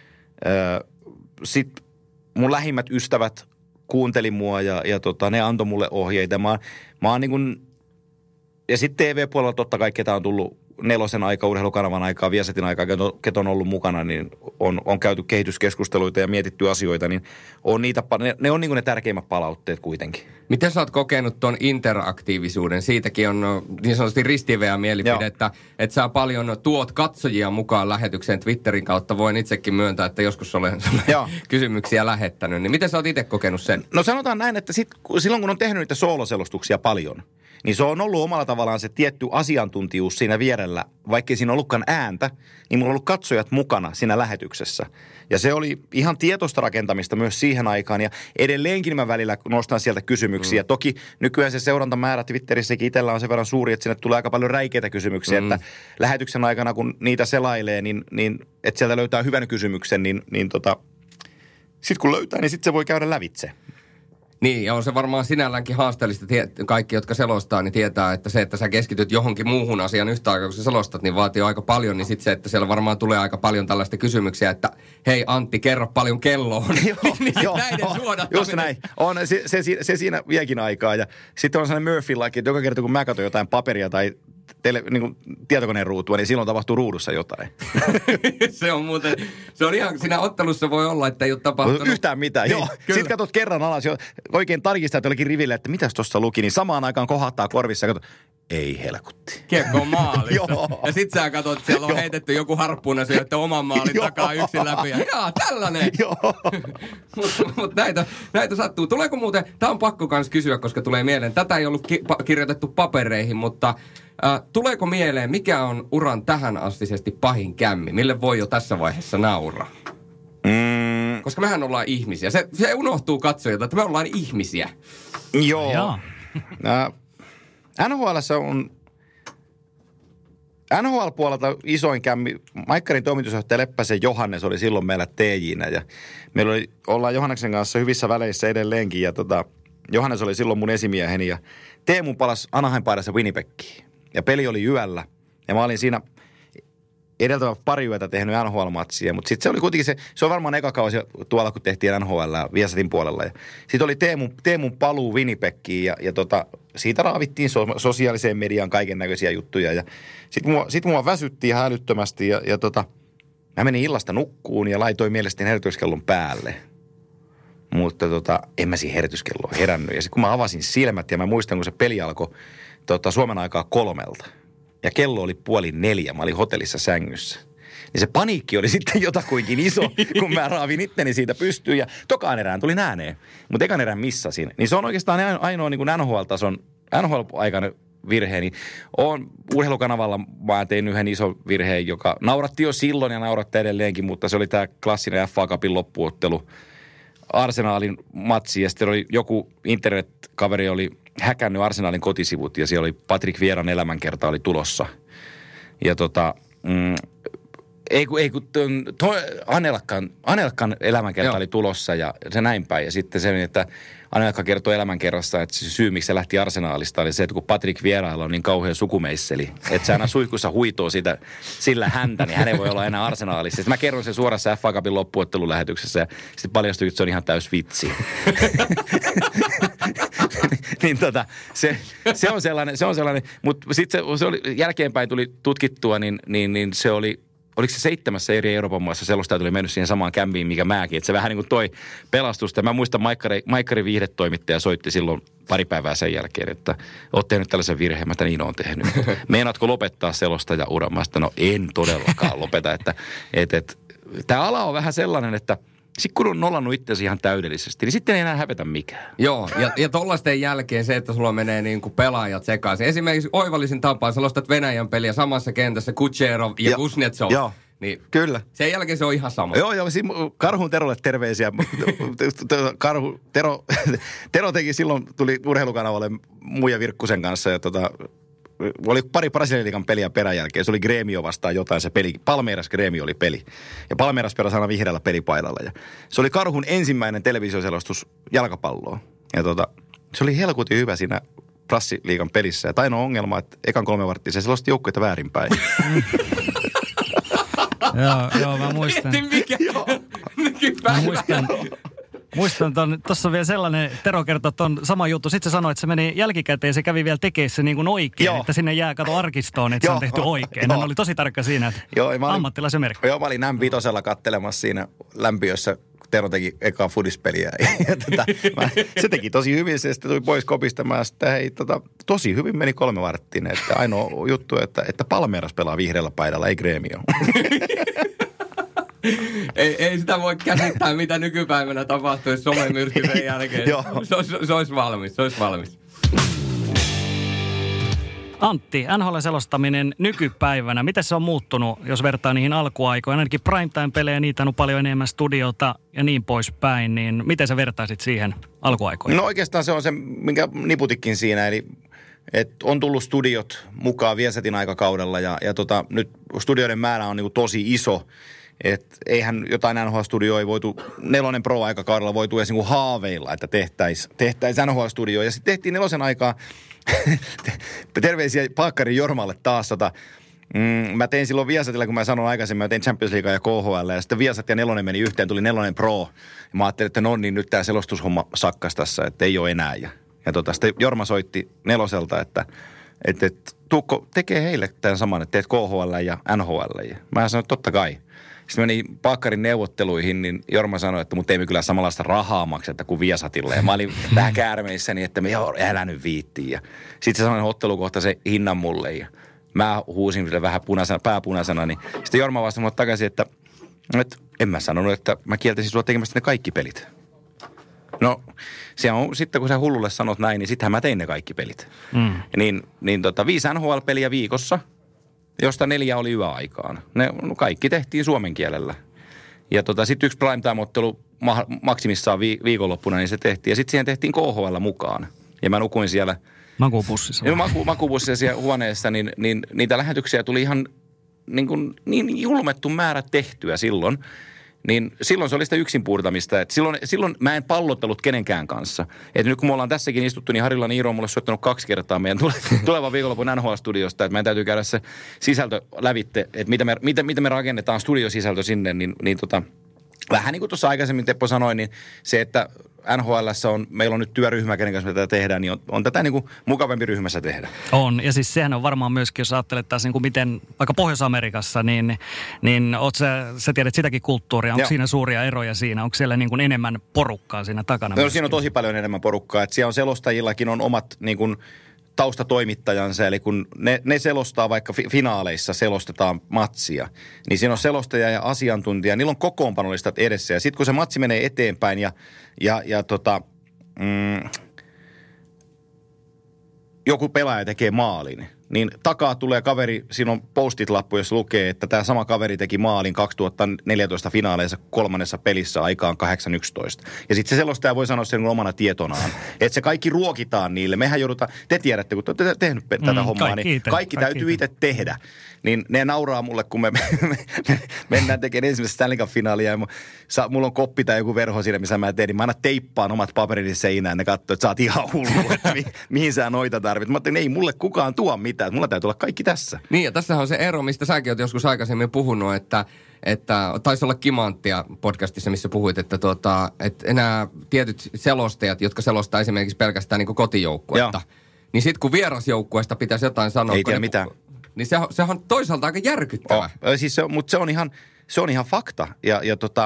Sitten mun lähimmät ystävät kuunteli mua ja, ja tota, ne antoi mulle ohjeita. Mä, mä oon niin kuin, ja sitten T V-puolella totta kai, ketä on tullut Nelosen aikaa, Urheilukanavan aikaa, Viasatin aikaa, ketä on ollut mukana, niin on, on käyty kehityskeskusteluita ja mietitty asioita, niin on niitä, ne, ne on niin kuin ne tärkeimmät palautteet kuitenkin. Miten sä oot kokenut ton interaktiivisuuden? Siitäkin on niin sanotusti ristiveä mielipide, että, että sä paljon tuot katsojia mukaan lähetykseen Twitterin kautta. Voin itsekin myöntää, että joskus olen kysymyksiä lähettänyt. Niin miten sä oot itse kokenut sen? No sanotaan näin, että sit, silloin kun on tehnyt niitä sooloselostuksia paljon, niin se on ollut omalla tavallaan se tietty asiantuntijuus siinä vierellä. Vaikkei siinä ollutkaan ääntä, niin mulla on ollut katsojat mukana siinä lähetyksessä. Ja se oli ihan tietoista rakentamista myös siihen aikaan. Ja edelleenkin mä välillä nostan sieltä kysymyksiä. Mm. Toki nykyään se seurantamäärä Twitterissäkin itsellä on sen verran suuri, että sinne tulee aika paljon räikeitä kysymyksiä. Mm. Että lähetyksen aikana, kun niitä selailee, niin, niin että sieltä löytää hyvän kysymyksen, niin, niin tota, sitten kun löytää, niin sitten se voi käydä lävitse. Niin, ja on se varmaan sinälläänkin haasteellista. Kaikki, jotka selostaa, niin tietää, että se, että sä keskityt johonkin muuhun asiaan yhtä aikaa, kun sä selostat, niin vaatii aika paljon. Niin sitten se, että siellä varmaan tulee aika paljon tällaista kysymyksiä, että hei Antti, kerro paljon kello on. Joo, niin joo, näiden suodattaminen. just näin. On, se, se, se siinä viekin aikaa. Ja sitten on sellainen Murphy-laki, että joka kerta kun mä katson jotain paperia tai tele, niin kuin tietokoneen ruutua, niin silloin tapahtuu ruudussa jotain. Se on muuten, se on ihan, siinä ottelussa voi olla, että ei ole tapahtunut. Yhtään mitään, niin, joo. kyllä. Sitten katsot kerran alas, jo, oikein tarkistaa jollekin riville, että mitäs tuossa luki, niin samaan aikaan kohahtaa korvissa ja katsot, ei helkutti. Kiekko on maalissa. Joo. Ja sit sä katsot, että siellä on heitetty joku harppuuna syöttö oman maalin takaa yksin läpi. Ja jaa, tällainen. Joo. Mutta mut näitä, näitä sattuu. Tuleeko muuten, tää on pakko kans kysyä, koska tulee mieleen. Tätä ei ollut ki- pa- kirjoitettu papereihin, mutta äh, tuleeko mieleen, mikä on uran tähän astisesti pahin kämmi? Mille voi jo tässä vaiheessa nauraa? Mm. Koska mehän ollaan ihmisiä. Se, se unohtuu katsojilta, että me ollaan ihmisiä. Joo. Joo. Äh, N H L:ssä on, N H L-puolelta isoin kämmi, Maikkarin toimitusjohtaja Leppäsen Johannes oli silloin meillä T J:nä ja meillä oli, ollaan Johanneksen kanssa hyvissä väleissä edelleenkin ja tota, Johannes oli silloin mun esimieheni ja Teemu palasi Anaheim-paidassa Winnipegiin ja peli oli yöllä ja mä olin siinä edeltävä pari yötä tehnyt N H L-matsia, mutta sitten se oli kuitenkin se, se on varmaan eka kausi tuolla, kun tehtiin N H L Viasatin puolella. Sitten oli Teemun, Teemun paluu Winnipegiin ja, ja tota, siitä raavittiin so, sosiaaliseen mediaan kaiken näköisiä juttuja. Ja sitten mua, sit mua väsyttiin ihan älyttömästi ja, ja tota, mä menin illasta nukkuun ja laitoin mielestäni herätyskellon päälle. Mutta tota, en mä siihen herätyskelloon herännyt. Ja sitten kun mä avasin silmät ja mä muistan, kun se peli alkoi tota, Suomen aikaa kolmelta. Ja kello oli puoli neljä, mä olin hotellissa sängyssä. Niin se paniikki oli sitten jotakuinkin iso, kun mä raavin itteni siitä pystyyn. Ja tokaan erään tulin ääneen, mutta ekan erään missasin. Niin se on oikeastaan ainoa niin kuin N H L-tason, N H L-aikainen virhe. Niin on urheilukanavalla mä tein yhden ison virheen, joka nauratti jo silloin ja nauratti edelleenkin. Mutta se oli tämä klassinen F A Cupin loppuottelu. Arsenaalin matsi ja sitten oli joku internetkaveri oli häkännyt Arsenaalin kotisivut ja siellä oli Patrick Vieran elämänkerta oli tulossa. Ja tota, mm, ei kun, ei kun toi, Anelkan, Anelkan elämänkerta Joo. oli tulossa ja se näin päin. Ja sitten se, että Anelka kertoi elämänkerrasta, että se syy, miksi se lähti Arsenaalista, oli se, että kun Patrick Vierailla on niin kauhean sukumeisseli, että se aina suihkussa huitoo sitä, sillä häntä, niin hän ei voi olla enää Arsenaalissa. Sitten mä kerron sen suorassa F A Cupin loppuottelulähetyksessä ja sitten paljastui, että se on ihan täys vitsi. niin tota, se, se on sellainen, se on sellainen, mutta sitten se, se oli, jälkeenpäin tuli tutkittua, niin, niin, niin se oli, oliko se seitsemässä eri Euroopan maassa selostaja tuli mennyt siihen samaan kämpiin, mikä mäkin. Että se vähän niin kuin toi pelastusta. Mä muistan, Maikkari, Maikkari viihdetoimittaja soitti silloin pari päivää sen jälkeen, että oot tehnyt tällaisen virheen. Mä niin oon tehnyt. Meinaatko lopettaa selostajauran? Mä sanoin, no en todellakaan lopeta. Että, et, et, tää ala on vähän sellainen, että sitten kun on nollannut itsesi ihan täydellisesti, niin sitten ei enää hävetä mikään. Joo, ja, ja tollaisten jälkeen se, että sulla menee niin kuin pelaajat sekaisin. Esimerkiksi oivallisin tapaan, sä lostat Venäjän peliä samassa kentässä, Kucherov ja, ja Kuznetsov. Joo, niin kyllä. Sen jälkeen se on ihan sama. Joo, joo, Karhun Terolle terveisiä. Karhu, Tero, Tero teki silloin, tuli urheilukanavalle Muija Virkkusen kanssa ja tota... Oli pari Brasilian liigan peliä peräjälkeen. Se oli Gremio vastaan jotain se peli. Palmeiras Gremio oli peli. Ja Palmeiras pelasi aina vihreällä pelipaidalla. Ja se oli Karhun ensimmäinen televisioselostus jalkapalloon. Ja tota, se oli helkutin hyvä siinä Brasilian pelissä. Ja ainoa ongelma, että ekan kolme varttia se selosti joukkueita väärinpäin. joo, joo, mä muistan. Mikä? Mä muistan. Muistan, tuossa on vielä sellainen, Tero kertoi tuon sama juttu. Sitten se sanoi, että se meni jälkikäteen ja se kävi vielä tekemään se niin kuin oikein, joo. Että sinne jää kato arkistoon, että se on tehty oikein. Hän oli tosi tarkka siinä, että joo, ammattilaisen merkki. Joo, mä olin M viisi kattelemassa siinä lämpiössä, kun Tero teki ekaa fudispeliä. Ja tota, mä, se teki tosi hyvin, se sitten tuli pois kopista. Mä sitten, hei, tota, tosi hyvin meni kolme varttiin. Että ainoa juttu, että, että Palmeiras pelaa vihreällä paidalla, ei Gremio. Ei, ei sitä voi käsittää, mitä nykypäivänä tapahtuisi somemyrsky sen jälkeen. se, se, se olisi valmis, se olisi valmis. Antti, N H L-selostaminen nykypäivänä, miten se on muuttunut, jos vertaa niihin alkuaikoihin? Ainakin primetime-pelejä, niitä on paljon enemmän studiota ja niin poispäin, niin miten sä vertaisit siihen alkuaikoihin? No oikeastaan se on se, minkä niputikin siinä, eli että on tullut studiot mukaan Viasatin aikakaudella ja, ja tota, nyt studioiden määrä on niinku tosi iso. Että eihän jotain N H L-studioa ei voitu, nelonen pro-aikakaudella voitu edes niinku haaveilla, että tehtäisiin tehtäis N H L-studio. Ja sitten tehtiin nelosen aikaa, terveisiä Paakkarin Jormalle taas tota, mm, mä tein silloin Viasatilla, kun mä sanoin aikaisemmin, mä tein Champions Leaguea ja K H L, ja sitten Viasat ja nelonen meni yhteen, tuli nelonen pro. Ja mä ajattelin, että no niin, nyt tää selostushomma sakkas tässä, että ei ole enää. Ja, ja tota, sitten Jorma soitti neloselta, että et, et, Tuukko tekee heille tämän saman, että teet K H L ja N H L. Ja mä sanoin, että totta kai. Sitten meni Paakkarin neuvotteluihin, niin Jorma sanoi, että mut ei kyllä samanlaista rahaa makseta kuin Viasatille. Ja mä olin vähän käärmeissäni, että me joo, älä nyt viittiin. Ja sitten se sanoi ottelukohtaisen hinnan mulle. Ja mä huusin sille vähän punaisena, pääpunaisena. Niin sitten Jorma vastasi mulle takaisin, että, että en mä sanonut, että mä kieltäisin sua tekemästä ne kaikki pelit. No, se on, sitten kun sä hullulle sanot näin, niin sittenhän mä tein ne kaikki pelit. Mm. Niin, niin tota, viisi N H L-peliä viikossa, josta neljä oli yöaikaan. Ne no kaikki tehtiin suomen kielellä. Ja tota, sitten yksi primetime-ottelu ma- maksimissaan vi- viikonloppuna, niin se tehtiin. Ja sitten siihen tehtiin K H L mukaan. Ja mä nukuin siellä Makuupussissa. Joo, maku, makuupussissa siellä huoneessa, niin, niin niitä lähetyksiä tuli ihan niin, kuin, niin julmettu määrä tehtyä silloin. Niin silloin se oli sitä yksin puurtamista. Et silloin, silloin mä en pallottelut kenenkään kanssa. Et nyt kun me ollaan tässäkin istuttu, niin Harilla Niiro on mulle soittanut kaksi kertaa meidän tulevan viikonlopun N H L-studiosta. Että meidän täytyy käydä se sisältö lävitte, että mitä me, mitä, mitä me rakennetaan studiosisältö sinne. Niin, niin tota, vähän niin kuin tuossa aikaisemmin Teppo sanoi, niin se, että N H L:ssä on, meillä on nyt työryhmä, kenen kanssa me tätä tehdään, niin on, on tätä niin kuin mukavampi ryhmässä tehdä. On, ja siis sehän on varmaan myöskin, jos ajattelet taas niin kuin miten, vaikka Pohjois-Amerikassa, niin, niin oot sä, sä tiedät sitäkin kulttuuria, onko Joo. siinä suuria eroja siinä, onko siellä niin kuin enemmän porukkaa siinä takana? No, siinä on tosi paljon enemmän porukkaa, että siellä on selostajillakin on omat niin kuin taustatoimittajansa, eli kun ne, ne selostaa vaikka fi- finaaleissa selostetaan matsia, niin siinä on selostaja ja asiantuntija, niillä on kokoonpanolistat edessä, ja sitten kun se matsi menee eteenpäin ja, ja, ja tota, mm, joku pelaaja tekee maalin, niin takaa tulee kaveri, siinä on post-it-lappu, jos lukee, että tämä sama kaveri teki maalin kaksituhattaneljätoista finaaleissa kolmannessa pelissä aikaan kahdeksan yksitoista. Ja sitten se selostaja voi sanoa sen omana tietonaan, että se kaikki ruokitaan niille. Mehän joudutaan, te tiedätte, kun te olette tehnyt tätä mm, hommaa, kaikki niin ite, kaikki, kaikki täytyy itse tehdä. Niin ne nauraa mulle, kun me, me, me, me mennään tekemään ensimmäistä Stanley Cup-finaalia ja sa, mulla on koppi tai joku verho siinä, missä mä teen, niin mä aina teippaan omat paperini seinään. Ne katsoo, että sä oot ihan hullu, että mi, mihin sä noita tarvit. Mä ajattelin, ei mulle kukaan tuo mitään, että mulla täytyy olla kaikki tässä. Niin, ja tässähän on se ero, mistä säkin oot joskus aikaisemmin puhunut, että että taisi olla Kimanttia podcastissa, missä puhuit, että, tuota, että enää tietyt selostajat, jotka selostaa esimerkiksi pelkästään niin kotijoukkuetta, niin sitten kun vierasjoukkueesta pitäisi jotain sanoa, ei tiedä mitään. Niin se, se on toisaalta aika järkyttävä. Oh, siis se, mutta se on ihan, se on ihan fakta. Ja, ja tota,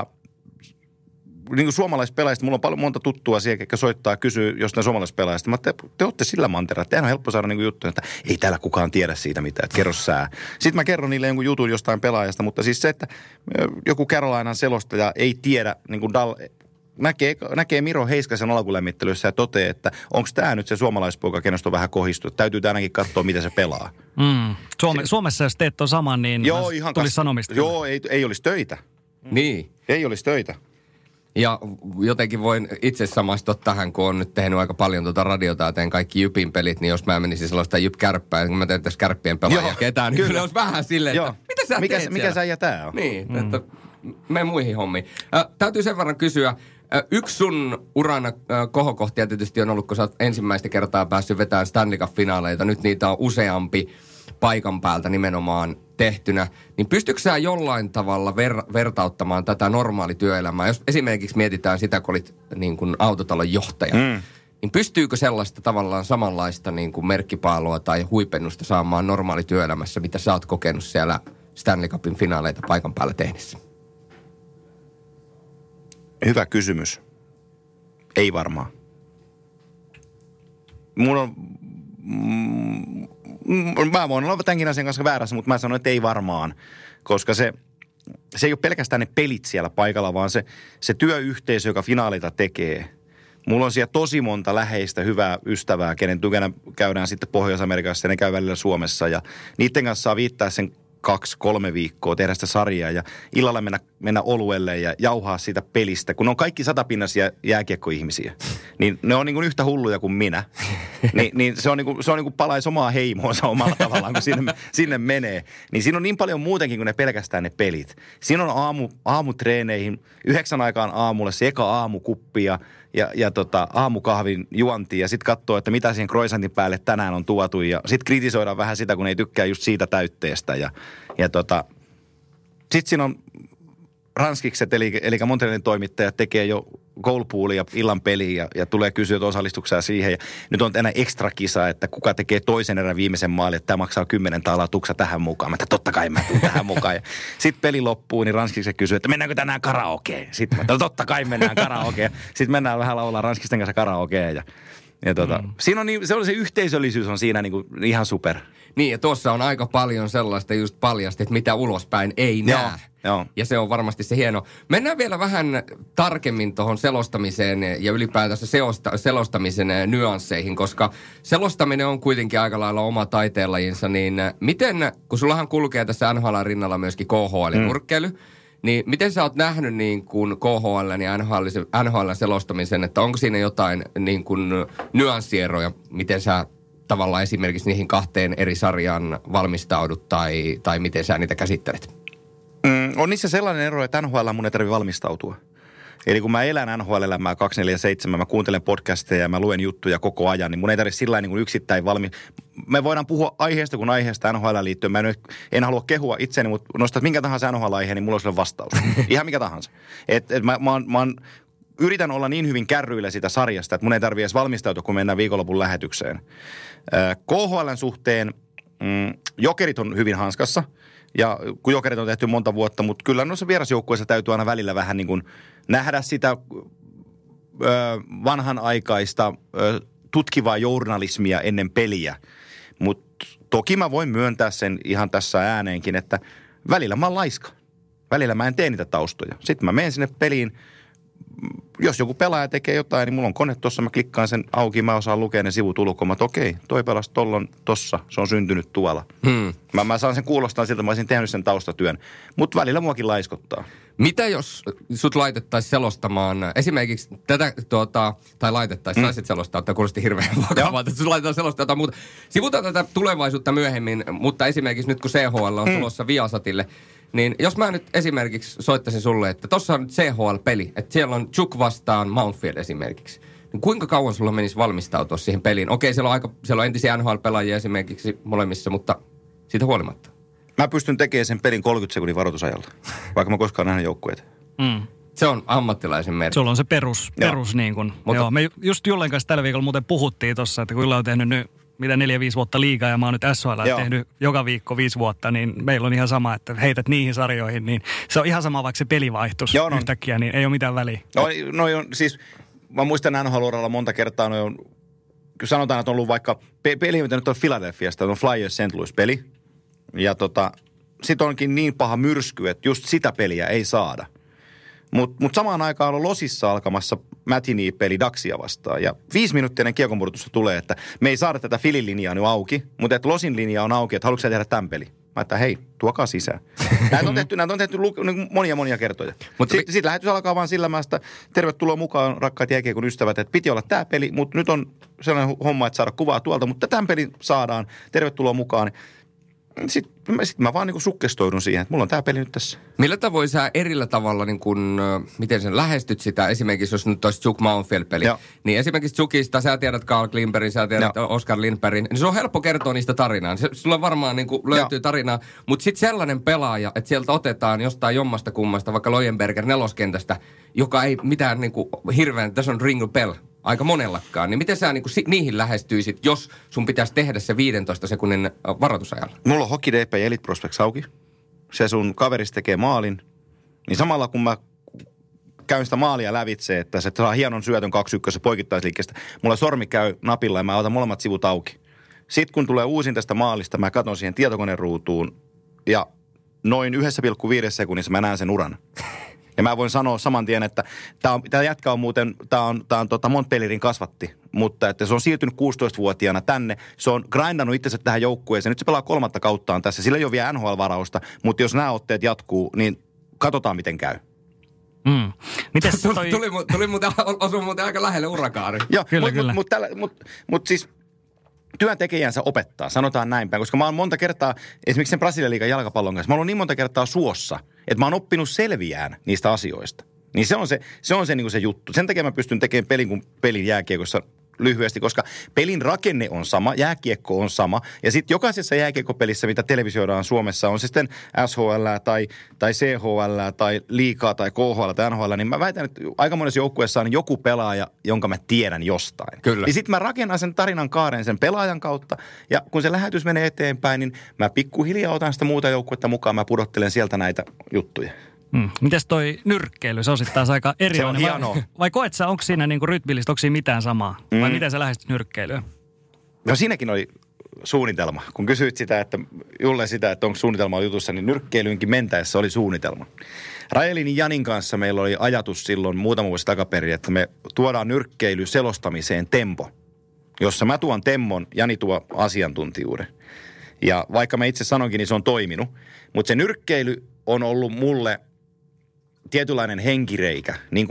niin kuin suomalaispelaajista, mulla on paljon monta tuttua siellä, jotka soittaa ja kysyy jostain suomalaispelaajista. Mä te, te olette sillä mantereella, että on helppo saada niin kuin juttuja, että ei täällä kukaan tiedä siitä mitään, että kerro sää. Sitten mä kerron niille jonkun jutun jostain pelaajasta, mutta siis se, että joku Carolinan selostaja ei tiedä, niin kuin Dal, näkee, näkee Miro Heiskasen alkulämmittelyssä ja toteaa, että onko tämä nyt se suomalaispoika, kenestä on vähän kohistunut. Täytyy ainakin katsoa, miten se pelaa. Mm. Suome, Suomessa jos teet on saman, niin joo, ihan tulisi kas, sanomista. Joo, ei, ei olisi töitä. Niin. Ei olisi töitä. Ja jotenkin voin itse samaistua tähän, kun on nyt tehnyt aika paljon tuota radiota ja teen kaikki Jypin pelit, niin jos mä menisin sellaista Jyp-kärppää, kun mä teen tässä kärppien pelaajia ketään, niin kyllä olisi vähän silleen, Joo. että mitä sä mikä, teet mikä sä ja tää on? Niin, mm. että mene muihin hommiin. Äh, täytyy sen verran kysyä, äh, yksi sun uran äh, kohokohtia tietysti on ollut, kun sä oot ensimmäistä kertaa päässyt vetämään Stanley Cup-finaaleita, nyt niitä on useampi paikan päältä nimenomaan tehtynä, niin pystytkö sä jollain tavalla ver- vertauttamaan tätä normaalityöelämää? Jos esimerkiksi mietitään sitä, kun olit niin kuin autotalon johtaja, mm. niin pystyykö sellaista tavallaan samanlaista niin kuin merkkipaalua tai huipennusta saamaan normaalityöelämässä, mitä sä oot kokenut siellä Stanley Cupin finaaleita paikan päällä tehdessä? Hyvä kysymys. Ei varmaan. Mun on... Mm, Mä voin olla tämänkin asian kanssa väärässä, mutta mä sanon, että ei varmaan, koska se, se ei ole pelkästään ne pelit siellä paikalla, vaan se, se työyhteisö, joka finaalita tekee. Mulla on siellä tosi monta läheistä hyvää ystävää, kenen tukena käydään sitten Pohjois-Amerikassa ja ne käy välillä Suomessa ja niiden kanssa saa viittää sen kaksi, kolme viikkoa, tehdä sitä sarjaa ja illalla mennä, mennä oluelle ja jauhaa siitä pelistä. Kun ne on kaikki satapinnaisia jääkiekkoihmisiä, niin ne on niin kuin yhtä hulluja kuin minä. Ni, niin se on niin kuin, se on niin kuin palaisi omaa heimoonsa omalla tavallaan, kun sinne, sinne menee. Niin siinä on niin paljon muutenkin kuin ne pelkästään ne pelit. Siinä on aamu, aamutreeneihin, yhdeksän aikaan aamulla se eka aamukuppi ja, ja, ja tota, aamukahvin juonti ja sitten katsoo, että mitä siihen croissantin päälle tänään on tuotu. Ja sitten kritisoidaan vähän sitä, kun ei tykkää just siitä täytteestä. Ja, ja tota, sitten siinä on ranskikset, eli, eli Montrealin toimittajat tekee jo goalpoolia illan peliä ja, ja tulee kysyä osallistuksia siihen. Ja nyt on enää ekstra kisa, että kuka tekee toisen erän viimeisen maalin, että tämä maksaa kymmenen taalaa, tuksa tähän mukaan. Mä että totta kai mä tuun tähän mukaan. Sitten peli loppuu, niin ranskikset kysyy, että mennäänkö tänään karaokeen? Sitten mä että totta kai mennään karaokeen. Sitten mennään vähän laulaa ranskisten kanssa karaokeen ja Ja tota, mm. siinä on niin, se, on se yhteisöllisyys on siinä niin kuin ihan super. Niin, ja tuossa on aika paljon sellaista just paljasti, että mitä ulospäin ei näe. Joo, joo. Ja se on varmasti se hieno. Mennään vielä vähän tarkemmin tuohon selostamiseen ja ylipäätänsä seosta, selostamisen nyansseihin, koska selostaminen on kuitenkin aika lailla oma taiteenlajinsa, niin miten, kun sullahan kulkee tässä N H L rinnalla myöskin K H L-nurkkeilu, mm. niin miten sä oot nähnyt niin kuin K H L ja N H L selostamisen, että onko siinä jotain niin kuin nyanssieroja, miten sä tavallaan esimerkiksi niihin kahteen eri sarjaan valmistaudut tai, tai miten sä niitä käsittelet? Mm, on niissä sellainen ero, että N H L mun ei tarvitse valmistautua. Eli kun mä elän N H L-elämää kaksikymmentäneljä seitsemän, mä kuuntelen podcasteja ja mä luen juttuja koko ajan, niin mun ei tarvitse sillä niin yksittäin valmi. Me voidaan puhua aiheesta kuin aiheesta N H L liittyen. Mä en, en halua kehua itseäni, mutta nostat minkä tahansa N H L-aiheen, niin mulla on sille vastaus. Ihan mikä tahansa. Et, et mä, mä, oon, mä oon, yritän olla niin hyvin kärryillä sitä sarjasta, että mun ei tarvitse edes valmistautua, kun mennään viikonlopun lähetykseen. K H L:n suhteen mm, Jokerit on hyvin hanskassa. Ja kun Jokerit on tehty monta vuotta, mutta kyllä noissa vierasjoukkueissa täytyy aina välillä vähän niin kuin nähdä sitä ö, vanhanaikaista ö, tutkivaa journalismia ennen peliä. Mutta toki mä voin myöntää sen ihan tässä ääneenkin, että välillä mä oon laiska. Välillä mä en tee niitä taustoja. Sitten mä menen sinne peliin. Jos joku pelaaja tekee jotain, niin mulla on kone tuossa, mä klikkaan sen auki, mä osaan lukea ne sivut ulkoa. Okei, toi pelasi tollon tossa, se on syntynyt tuolla. Hmm. Mä, mä saan sen kuulostaa siltä, mä olisin tehnyt sen taustatyön. Mutta välillä muakin laiskottaa. Mitä jos sut laitettaisiin selostamaan, esimerkiksi tätä, tuota, tai laitettaisiin, hmm. saisit selostaa, tämä kuulosti hirveän vakavaa, että sut laitetaan selostaa jotain muuta. Sivutaan tätä tulevaisuutta myöhemmin, mutta esimerkiksi nyt kun C H L on hmm. tulossa Viasatille, niin jos mä nyt esimerkiksi soittaisin sulle, että tossa on nyt C H L-peli, että siellä on Chuk vastaan Mountfield esimerkiksi, niin kuinka kauan sulla menisi valmistautua siihen peliin? Okei, siellä on, aika, siellä on entisiä N H L-pelaajia esimerkiksi molemmissa, mutta siitä huolimatta. Mä pystyn tekemään sen pelin kolmekymmentä sekunnin varoitusajalla, vaikka mä koskaan nähnyt joukkueita. Mm. Se on ammattilaisen merkki. Sulla on se perus, perus niin kuin. Mutta, joo, me just Jullen kanssa tällä viikolla muuten puhuttiin tossa, että kun Julle on tehnyt nyt mitä neljä, viisi vuotta liigaa ja mä oon nyt S H L tehnyt joka viikko viisi vuotta, niin meillä on ihan sama, että heität niihin sarjoihin, niin se on ihan sama, vaikka se peli vaihtuisi no. yhtäkkiä, niin ei ole mitään väliä. No, no on, siis mä muistan N H L-uralla monta kertaa, no on, kun sanotaan, että on ollut vaikka pe- peli, mitä nyt on Philadelphiasta, on Flyers Saint Louis-peli, ja tota, sit onkin niin paha myrsky, että just sitä peliä ei saada. Mutta mut samaan aikaan on Losissa alkamassa Matinee-peli Daxia vastaan. Ja viisi minuuttia ennen kiekonmurtusta tulee, että me ei saada tätä Filin linjaa nyt auki, mutta että Losin linja on auki, että haluatko sä tehdä tämän peli? Mä että hei, tuokaa sisään. Näitä on tehty, näitä on tehty monia monia kertoja. Sitten sit lähetys alkaa vaan sillä mästä, tervetuloa mukaan rakkaat jääkiekon ystävät, että piti olla tämä peli, mutta nyt on sellainen homma, että saada kuvaa tuolta, mutta tämän pelin saadaan, tervetuloa mukaan. Sitten sit mä vaan niin kuin sukkestoidun siihen, että mulla on tää peli nyt tässä. Millä tavoin sä erillä tavalla, niin kun, miten sen lähestyt sitä, esimerkiksi jos nyt olisi Chuk Mountfield-peli, ja. niin esimerkiksi Chukista sä tiedät Carl Klimperin, sä tiedät ja. Oskar Lindbergin, niin se on helppo kertoa niistä tarinaa. Se, sulla varmaan niin kuin löytyy ja. tarinaa, mutta sitten sellainen pelaaja, että sieltä otetaan jostain jommasta kummasta, vaikka Loyenberger neloskentästä, joka ei mitään niin kuin hirveän, tässä on Ringo Bell. Aika monellakaan. Niin miten sä niinku si- niihin lähestyisit, jos sun pitäisi tehdä se viidentoista sekunnin varoitusajalla? Mulla on Hockey D P ja Elite Prospects auki. Se sun kaveris tekee maalin. Niin samalla kun mä käyn sitä maalia lävitse, että se saa hienon syötön kaksi ykkössä poikittaisliikkeestä, mulla sormi käy napilla ja mä otan molemmat sivut auki. Sitten kun tulee uusin tästä maalista, mä katson siihen tietokoneen ruutuun ja noin yksi pilkku viisi sekunnissa mä näen sen uran. Ja mä voin sanoa saman tien, että tämä jätkä on muuten, tämä on, tää on tota Montpellierin kasvatti, mutta että se on siirtynyt kuusitoistavuotiaana tänne. Se on grindannut itsensä tähän joukkueeseen. Nyt se pelaa kolmatta kauttaan tässä. Sillä ei ole vielä N H L-varausta, mutta jos nämä otteet jatkuu, niin katsotaan miten käy. Mm. Mites toi... tuli, tuli, tuli muuten, osui muuten aika lähelle urakaari. Joo, kyllä, kyllä. Mutta mut, mut, mut siis työntekijänsä opettaa, sanotaan näin päin. Koska mä oon monta kertaa, esimerkiksi sen Brasilian liigan jalkapallon kanssa, mä oon niin monta kertaa suossa, että mä oon oppinut selviään niistä asioista. Niin se on se, se, on se, niin kuin se juttu. Sen takia mä pystyn tekemään pelin kuin pelin jääkiekossa lyhyesti, koska pelin rakenne on sama, jääkiekko on sama. Ja sitten jokaisessa jääkiekkopelissä, mitä televisioidaan Suomessa, on se sitten S H L tai, tai C H L tai liigaa tai K H L tai N H L, niin mä väitän, että aika monessa joukkueessa on joku pelaaja, jonka mä tiedän jostain. Kyllä. Ja sitten mä rakennan sen tarinan kaaren sen pelaajan kautta, ja kun se lähetys menee eteenpäin, niin mä pikkuhiljaa otan sitä muuta joukkuetta mukaan, mä pudottelen sieltä näitä juttuja. Hmm. Mites toi nyrkkeily? Se on sitten taas aika erilainen. Se on hienoa. Vai, vai koet sä, onko siinä niinku rytmillistä, onko siinä mitään samaa? Mm. Vai miten sä lähestyt nyrkkeilyä? No siinäkin oli suunnitelma. Kun kysyit sitä, että Julle sitä, että onko suunnitelma jutussa, niin nyrkkeilyynkin mentäessä oli suunnitelma. Raelin Janin kanssa meillä oli ajatus silloin muutama vuosi takaperin, että me tuodaan nyrkkeily selostamiseen tempo, jossa mä tuon temmon, Jani tuo asiantuntijuuden. Ja vaikka mä itse sanonkin, niin se on toiminut. Mutta se nyrkkeily on ollut mulle tietynlainen henkireikä. Niin kuin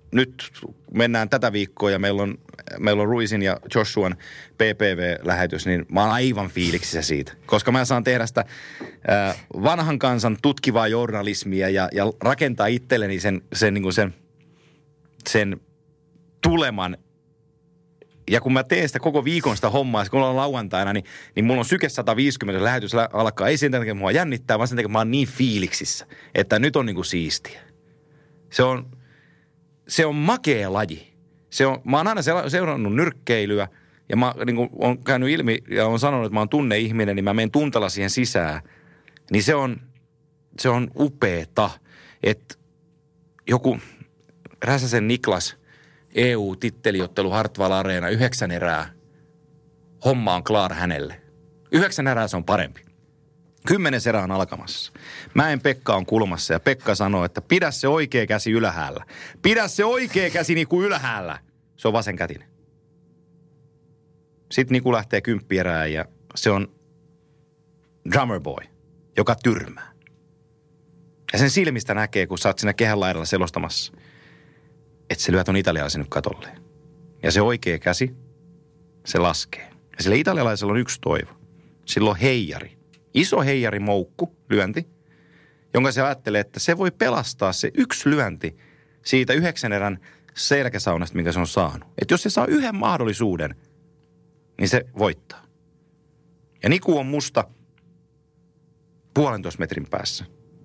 nyt mennään tätä viikkoa ja meillä on, meillä on Ruisin ja Joshuan P P V-lähetys, niin mä oon aivan fiiliksissä siitä. Koska mä saan tehdä sitä äh, vanhan kansan tutkivaa journalismia ja, ja rakentaa itselleni sen, sen, niin kuin sen, sen tuleman. Ja kun mä teen sitä koko viikon sitä hommaa, kun ollaan lauantaina, niin, niin mulla on syke sata viisikymmentä lähetys alkaa. Ei sen takia, että mua jännittää, vaan sen takia, että mä oon niin fiiliksissä, että nyt on niin kuin siistiä. Se on, se on makea laji. Se on, mä oon aina seurannut nyrkkeilyä ja mä niin kuin on käynyt ilmi ja on sanonut, että mä oon tunneihminen, niin mä menen tuntella siihen sisään. Niin se on, se on upeeta, että joku Räsäsen Niklas E U-titteliottelu Hartwall Areena, yhdeksän erää, homma on klaar hänelle. Yhdeksän erää se on parempi. Kymmenes erä on alkamassa. Mäen Pekka on kulmassa ja Pekka sanoo, että pidä se oikea käsi ylhäällä. Pidä se oikea käsi Niku ylhäällä. Se on vasenkätinen. Sitten Niku lähtee kymppierään ja se on drummer boy, joka tyrmää. Ja sen silmistä näkee, kun sä oot siinä kehän laidalla selostamassa, että se lyö ton italialaisen nyt katolleen. Ja se oikea käsi, se laskee. Ja sillä italialaisella on yksi toivo. Sillä on heijari. Iso heijari moukku, lyönti, jonka se ajattelee, että se voi pelastaa se yksi lyönti siitä yhdeksän erän selkäsaunasta, minkä se on saanut. Että jos se saa yhden mahdollisuuden, niin se voittaa. Ja Niku on musta puolentoista metrin päässä.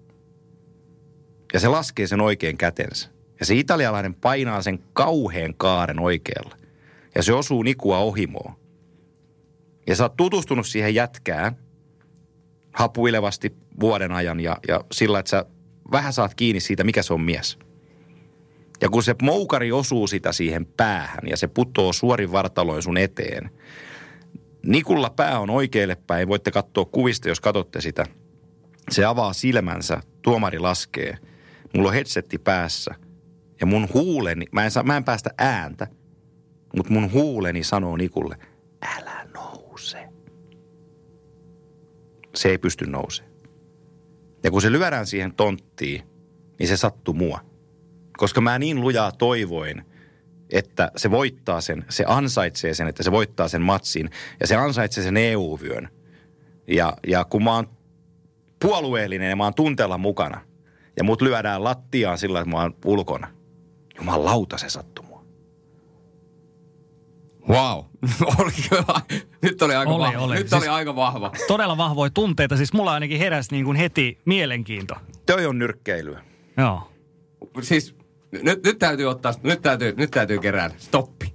Ja se laskee sen oikein kätensä. Ja se italialainen painaa sen kauheen kaaren oikealla. Ja se osuu Nikua ohimoon. Ja sä oot tutustunut siihen jätkään hapuilevasti vuoden ajan ja, ja sillä, että sä vähän saat kiinni siitä, mikä se on mies. Ja kun se moukari osuu sitä siihen päähän ja se putoo suorin vartaloin sun eteen. Nikulla pää on oikealle päin, voitte katsoa kuvista, jos katsotte sitä. Se avaa silmänsä, tuomari laskee. Mulla on headsetti päässä ja mun huuleni, mä en, saa, mä en päästä ääntä, mutta mun huuleni sanoo Nikulle, älä nouse. Se ei pysty nousemaan. Ja kun se lyödään siihen tonttiin, niin se sattuu mua. Koska mä niin lujaa toivoin, että se voittaa sen, se ansaitsee sen, että se voittaa sen matsin ja se ansaitsee sen E U-vyön. Ja, ja kun mä oon puolueellinen ja mä oon tunteella mukana ja mut lyödään lattiaan sillä, että mä oon ulkona. Jumalauta, se sattuu mua. Wow. Nyt oli aika oli, vahva. oli. Nyt siis oli aika vahva. Todella vahvoja tunteita. Siis mulla ainakin heräsi niin kuin heti mielenkiinto. Toi on nyrkkeilyä. Joo. Siis nyt, nyt täytyy ottaa, nyt täytyy, nyt täytyy kerätä. Stoppi.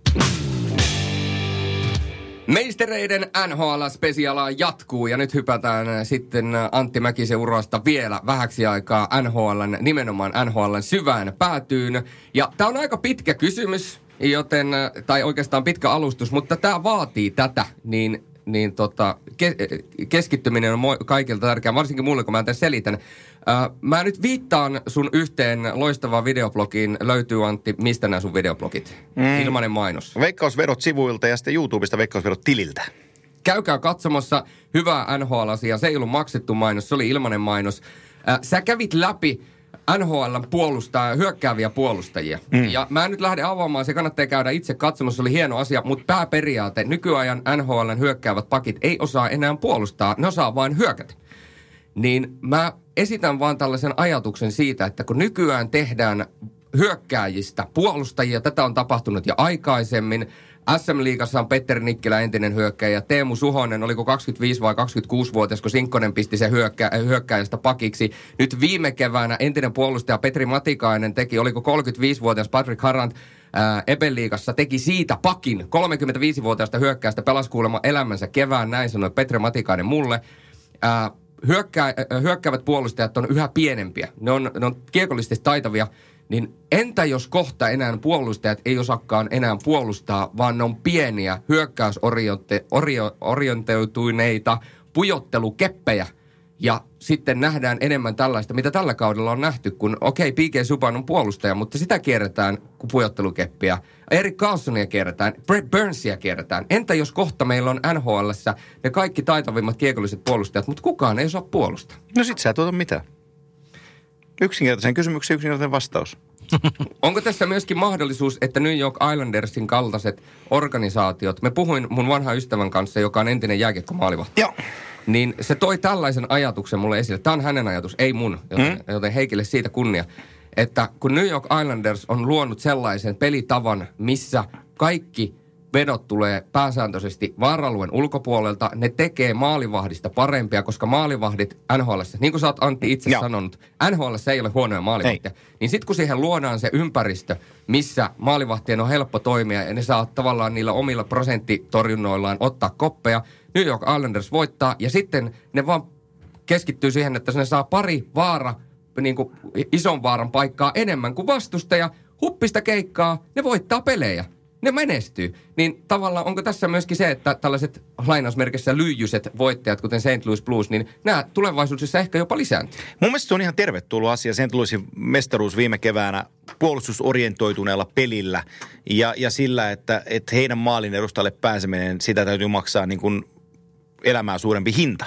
Meistereiden N H L-spesiaalaa jatkuu ja nyt hypätään sitten Antti Mäkisen urasta vielä vähäksi aikaa N H L:n, nimenomaan N H L:n syvään päätyyn. Ja tää on aika pitkä kysymys, joten, tai oikeastaan pitkä alustus, mutta tää vaatii tätä, niin, niin tota, ke, keskittyminen on kaikilta tärkeää, varsinkin mulle, kun mä tämän selitän. Äh, mä nyt viittaan sun yhteen loistavaan videoblogiin. Löytyy, Antti, mistä nämä sun videoblogit? Mm. Ilmainen mainos. Veikkausverot sivuilta ja sitten YouTubesta Veikkausverot tililtä. Käykää katsomassa hyvää N H L-asiaa. Se ei ollut maksettu mainos, se oli ilmainen mainos. Äh, sä kävit läpi N H L:n puolustaa, hyökkääviä puolustajia. Mm. Ja mä en nyt lähde avaamaan, se kannattaa käydä itse katsomassa, se oli hieno asia, mutta pääperiaate, nykyajan N H L:n hyökkäävät pakit ei osaa enää puolustaa, ne osaa vain hyökätä. Niin mä esitän vaan tällaisen ajatuksen siitä, että kun nykyään tehdään hyökkääjistä puolustajia, tätä on tapahtunut jo aikaisemmin. S M-liigassa on Petteri Nikkilä, entinen hyökkääjä. Teemu Suhonen, oliko kaksikymmentäviisi vai kaksikymmentäkuusi-vuotias, kun Sinkkonen pisti sen hyökkä, hyökkääjästä pakiksi. Nyt viime keväänä entinen puolustaja Petri Matikainen teki, oliko kolmekymmentäviisi-vuotias Patrick Harrant Ebel-liigassa, teki siitä pakin. kolmekymmentäviisi-vuotiaasta hyökkääjästä pelasi kuulemma elämänsä kevään, näin sanoi Petri Matikainen mulle. Ää, hyökkää, hyökkäävät puolustajat on yhä pienempiä. Ne on, ne on kiekollisesti taitavia. Niin entä jos kohta enää puolustajat ei osakkaan enää puolustaa, vaan ne on pieniä hyökkäysorientoituneita pujottelukeppejä. Ja sitten nähdään enemmän tällaista, mitä tällä kaudella on nähty, kun okei, okay, P K Subban on puolustaja, mutta sitä kierretään kuin pujottelukeppiä. Erik Karlssonia kierretään, Brett Burnsia kierretään. Entä jos kohta meillä on N H L:ssä ne kaikki taitavimmat kiekolliset puolustajat, mutta kukaan ei osaa puolustaa? No sit sä et ota mitään. Yksinkertaisen kysymyksen yksinkertainen vastaus. Onko tässä myöskin mahdollisuus, että New York Islandersin kaltaiset organisaatiot, me puhuin mun vanhan ystävän kanssa, joka on entinen jääkiekkomaalivahti. Joo. Niin se toi tällaisen ajatuksen mulle esille. Tämä on hänen ajatus, ei mun, joten, mm. joten Heikille siitä kunnia. Että kun New York Islanders on luonut sellaisen pelitavan, missä kaikki vedot tulee pääsääntöisesti vaara-alueen ulkopuolelta, ne tekee maalivahdista parempia, koska maalivahdit N H L:ssä, niin kuin sä oot Antti itse Joo. sanonut, N H L:ssä ei ole huonoja maalivahtia. Ei. Niin sit kun siihen luodaan se ympäristö, missä maalivahtien on helppo toimia ja ne saa tavallaan niillä omilla prosenttitorjunnoillaan ottaa koppeja, New York Islanders voittaa ja sitten ne vaan keskittyy siihen, että ne saa pari vaara, niin kuin ison vaaran paikkaa enemmän kuin vastustaja, huppista keikkaa, ne voittaa pelejä. Ne menestyy. Niin tavallaan onko tässä myöskin se, että tällaiset lainausmerkissä lyijyset voittajat, kuten Saint Louis Blues, niin nämä tulevaisuudessa ehkä jopa lisääntyy? Mun mielestä se on ihan tervetullut asia. Saint Louisin mestaruus viime keväänä puolustusorientoituneella pelillä ja, ja sillä, että, että heidän maalin edustalle pääseminen, sitä täytyy maksaa niin kuin elämää suurempi hinta.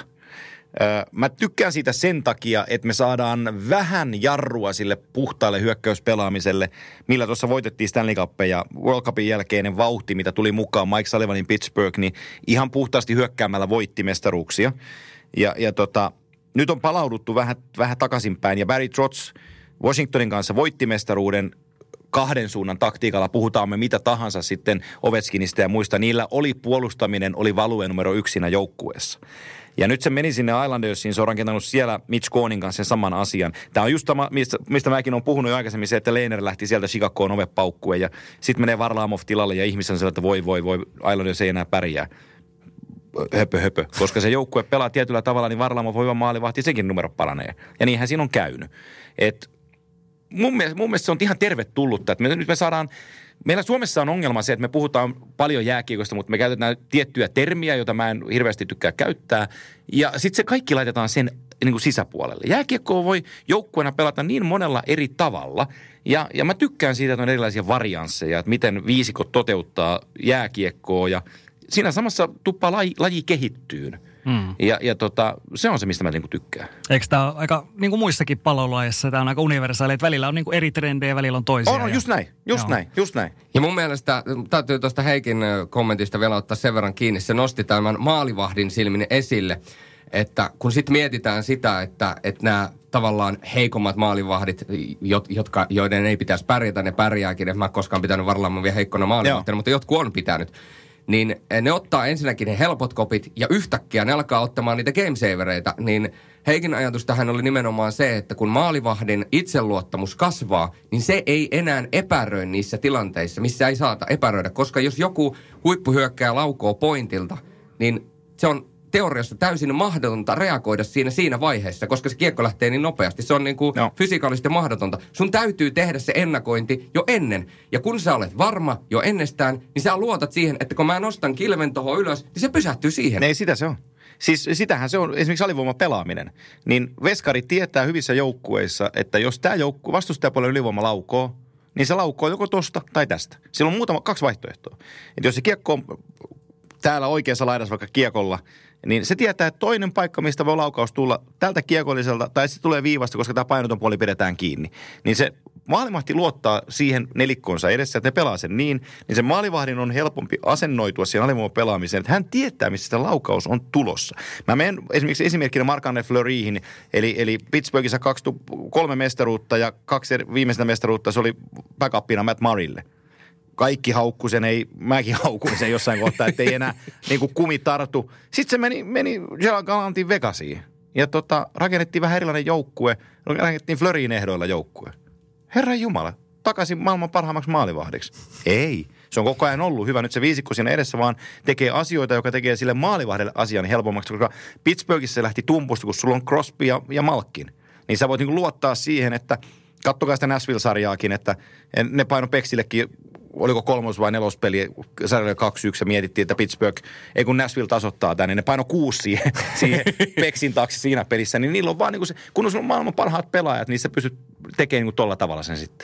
Mä tykkään siitä sen takia, että me saadaan vähän jarrua sille puhtaalle hyökkäyspelaamiselle, millä tuossa voitettiin Stanley Cupia ja World Cupin jälkeinen vauhti, mitä tuli mukaan Mike Sullivanin Pittsburgh, niin ihan puhtaasti hyökkäämällä voitti mestaruuksia. Ja, ja tota, nyt on palauduttu vähän, vähän takaisinpäin ja Barry Trotz Washingtonin kanssa voitti mestaruuden kahden suunnan taktiikalla, puhutaan me mitä tahansa sitten Ovechkinista ja muista, niillä oli puolustaminen, oli value numero yksinä joukkueessa. Ja nyt se meni sinne Islandersiin, se on rakentanut siellä Mitch Kohnin kanssa sen saman asian. Tämä on just tämä, mistä, mistä mäkin olen puhunut jo aikaisemmin, se, että Lehner lähti sieltä Chicagoon ovepaukkuen ja sitten menee Varlamov tilalle ja ihmisen sanoo, että voi, voi, voi, Islanders ei enää pärjää. Höpö, höpö. Koska se joukkue pelaa tietyllä tavalla, niin Varlamov voi maalivahti, sekin numero paranee. Ja niinhän siinä on käynyt. Et mun, mielestä, mun mielestä se on ihan tervetullutta, että me, nyt me saadaan. Meillä Suomessa on ongelma se, että me puhutaan paljon jääkiekosta, mutta me käytetään tiettyjä termiä, joita mä en hirveästi tykkää käyttää. Ja sitten se kaikki laitetaan sen niin kuin sisäpuolelle. Jääkiekkoa voi joukkueena pelata niin monella eri tavalla. Ja, ja mä tykkään siitä, että on erilaisia variansseja, että miten viisikot toteuttaa jääkiekkoa. Ja siinä samassa tuppaa laji, laji kehittyyn. Mm. Ja, ja tota, se on se, mistä mä niinku tykkään. Eikö tämä ole aika, niin kuin muissakin palloilulajeissa, tämä on aika universaali, että välillä on niinku eri trendejä, välillä on toisia. On, on just näin, just Joo. näin, just näin. Ja mun mielestä täytyy tuosta Heikin kommentista vielä ottaa sen verran kiinni. Se nosti tämän maalivahdin silmin esille, että kun sitten mietitään sitä, että, että nämä tavallaan heikommat maalivahdit, jotka, joiden ei pitäisi pärjätä, ne pärjääkin. En mä koskaan pitänyt Varlamovia heikkona maalivahtina, mutta jotkut on pitänyt. Niin ne ottaa ensinnäkin ne helpot kopit ja yhtäkkiä ne alkaa ottamaan niitä gamesavereita. Niin Heikin ajatus tähän oli nimenomaan se, että kun maalivahdin itseluottamus kasvaa, niin se ei enää epäröi niissä tilanteissa, missä ei saata epäröidä. Koska jos joku huippuhyökkääjä laukoo pointilta, niin se on teoriassa täysin mahdotonta reagoida siinä siinä vaiheessa, koska se kiekko lähtee niin nopeasti. Se on niin kuin no. fysikaalisesti mahdotonta. Sun täytyy tehdä se ennakointi jo ennen. Ja kun sä olet varma jo ennestään, niin sä luotat siihen, että kun mä nostan kilven tohon ylös, niin se pysähtyy siihen. Ei sitä se on. Siis sitähän se on esimerkiksi alivoima pelaaminen. Niin veskari tietää hyvissä joukkueissa, että jos tämä joukkue vastustajapuolella ylivoima laukoo, niin se laukoo joko tosta tai tästä. Sillä on muutama, kaksi vaihtoehtoa. Että jos se kiekko on täällä oikeassa laidassa vaikka kiekolla, niin se tietää, että toinen paikka, mistä voi laukaus tulla tältä kiekolliselta, tai se tulee viivasta, koska tämä painoton puoli pidetään kiinni. Niin se maalivahti luottaa siihen nelikkoonsa edessä, että ne pelaa sen niin, niin se maalivahdin on helpompi asennoitua siihen alivoiman pelaamiseen, että hän tietää, missä sitä laukaus on tulossa. Mä menen esimerkiksi esimerkkinä Marc-Andre Fleurihin, eli, eli Pittsburghissa kaksi, kolme mestaruutta ja kaksi viimeistä mestaruutta, se oli backupina Matt Murraylle. Kaikki haukku sen, ei, mäkin haukuin sen jossain kohtaa, ettei enää niin kuin kumi tartu. Sitten se meni, meni Gerald Gallantin Vegasiin. Ja tota, rakennettiin vähän erilainen joukkue. Rakennettiin Fleurin ehdoilla joukkue. Herran Jumala, takaisin maailman parhaammaksi maalivahdiksi. Ei, se on koko ajan ollut hyvä. Nyt se viisikko siinä edessä vaan tekee asioita, joka tekee sille maalivahdelle asian helpommaksi. Koska Pittsburghissa se lähti tumpusta, kun sulla on Crosby ja, ja Malkin. Niin sä voit niin kuin luottaa siihen, että kattokaa sitä Nashville-sarjaakin, että ne paino Peksillekin, oliko kolmos vai nelospeli, sarjalle kaksi yksi ja mietittiin, että Pittsburgh, ei kun Nashville tasoittaa tämän, niin ne paino kuusi siihen, siihen Peksin taakse siinä pelissä, niin niillä on vaan niin kuin se, kun on maailman parhaat pelaajat, niin sä pystyt tekemään niin tolla tavalla sen sitten.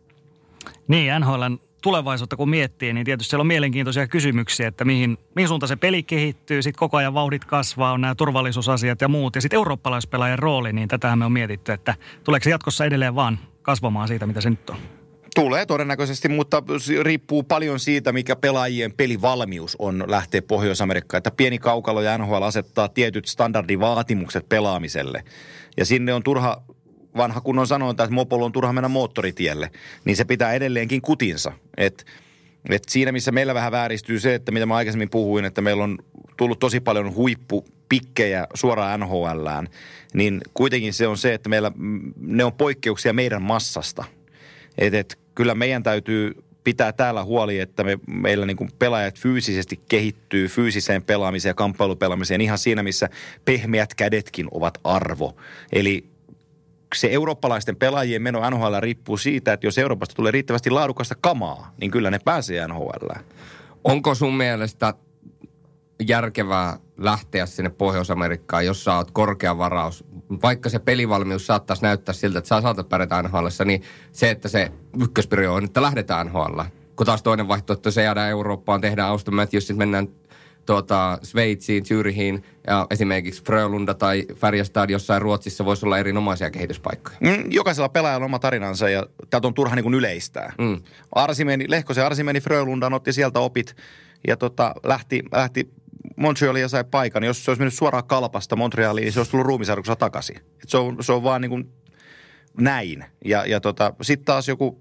Niin, N H L:n tulevaisuutta kun miettii, niin tietysti siellä on mielenkiintoisia kysymyksiä, että mihin, mihin suuntaan se peli kehittyy, sitten koko ajan vauhdit kasvaa, on nämä turvallisuusasiat ja muut, ja sitten eurooppalaispelaajan rooli, niin tätähän me on mietitty, että tuleeko se jatkossa edelleen vaan kasvamaan siitä, mitä se nyt on? Tulee todennäköisesti, mutta riippuu paljon siitä, mikä pelaajien pelivalmius on lähteä Pohjois-Amerikkaan. Että pieni kaukalo ja N H L asettaa tietyt standardivaatimukset pelaamiselle. Ja sinne on turha, vanha kunnon sanonta, että mopolla on turha mennä moottoritielle. Niin se pitää edelleenkin kutinsa. Et, et siinä, missä meillä vähän vääristyy se, että mitä mä aikaisemmin puhuin, että meillä on tullut tosi paljon huippupikkejä suoraan N H L:ään. Niin kuitenkin se on se, että meillä ne on poikkeuksia meidän massasta. Että et, kyllä meidän täytyy pitää täällä huoli, että me, meillä niin kuin pelaajat fyysisesti kehittyy fyysiseen pelaamiseen ja kamppailupelaamiseen ihan siinä, missä pehmeät kädetkin ovat arvo. Eli se eurooppalaisten pelaajien meno N H L riippuu siitä, että jos Euroopasta tulee riittävästi laadukasta kamaa, niin kyllä ne pääsee N H L:ään. Onko sun mielestä järkevää lähteä sinne Pohjois-Amerikkaan, jos sä oot korkea varaus, vaikka se pelivalmius saattaisi näyttää siltä, että sä saatat pärjätä N H L:ssä, niin se, että se ykköspirio on, että lähdetään N H L:ään. Kun taas toinen vaihtoehto, se jäädään Eurooppaan, tehdään Auston Matthews, sitten mennään tuota, Sveitsiin, Zürichiin ja esimerkiksi Frölunda tai Färjestad jossain Ruotsissa voisi olla erinomaisia kehityspaikkoja. Mm, jokaisella pelaajalla on oma tarinansa ja täältä on turha niin kuin yleistää. Mm. Arsi meni, Lehkosen Arsi meni Frölundaan, otti sieltä opit ja tota, lähti, lähti Montrealiin ja sai paikan. Jos se olisi mennyt suoraan Kalpasta Montrealiin, niin se olisi tullut ruumisarkuksella takaisin. Et se, on, se on vaan niin kuin näin. Ja, ja tota, sitten taas joku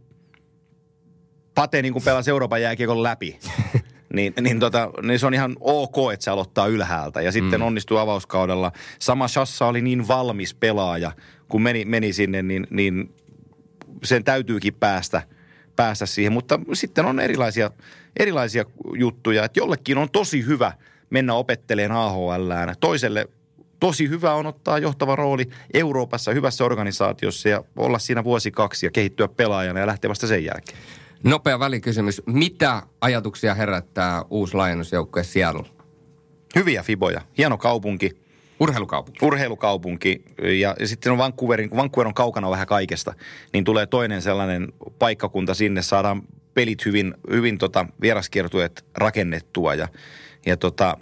Pate niin kuin pelasi Euroopan jääkiekon läpi. Niin, niin, tota, niin se on ihan ok, että se aloittaa ylhäältä ja sitten mm. onnistuu avauskaudella. Sama Shassa oli niin valmis pelaaja, kun meni, meni sinne, niin, niin sen täytyykin päästä, päästä siihen. Mutta sitten on erilaisia, erilaisia juttuja, että jollekin on tosi hyvä mennä opettelemaan A H L:ään. Toiselle tosi hyvä on ottaa johtava rooli Euroopassa hyvässä organisaatiossa ja olla siinä vuosi kaksi ja kehittyä pelaajana ja lähteä vasta sen jälkeen. Nopea välikysymys. Mitä ajatuksia herättää uusi Lions-joukkue Seattle? Hyviä fiboja. Hieno kaupunki. Urheilukaupunki. Urheilukaupunki. Ja, ja sitten on Vancouverin, kun Vancouver on kaukana vähän kaikesta, niin tulee toinen sellainen paikkakunta sinne. Saadaan pelit hyvin, hyvin tota, vieraskiertueet rakennettua. Ja, ja tota,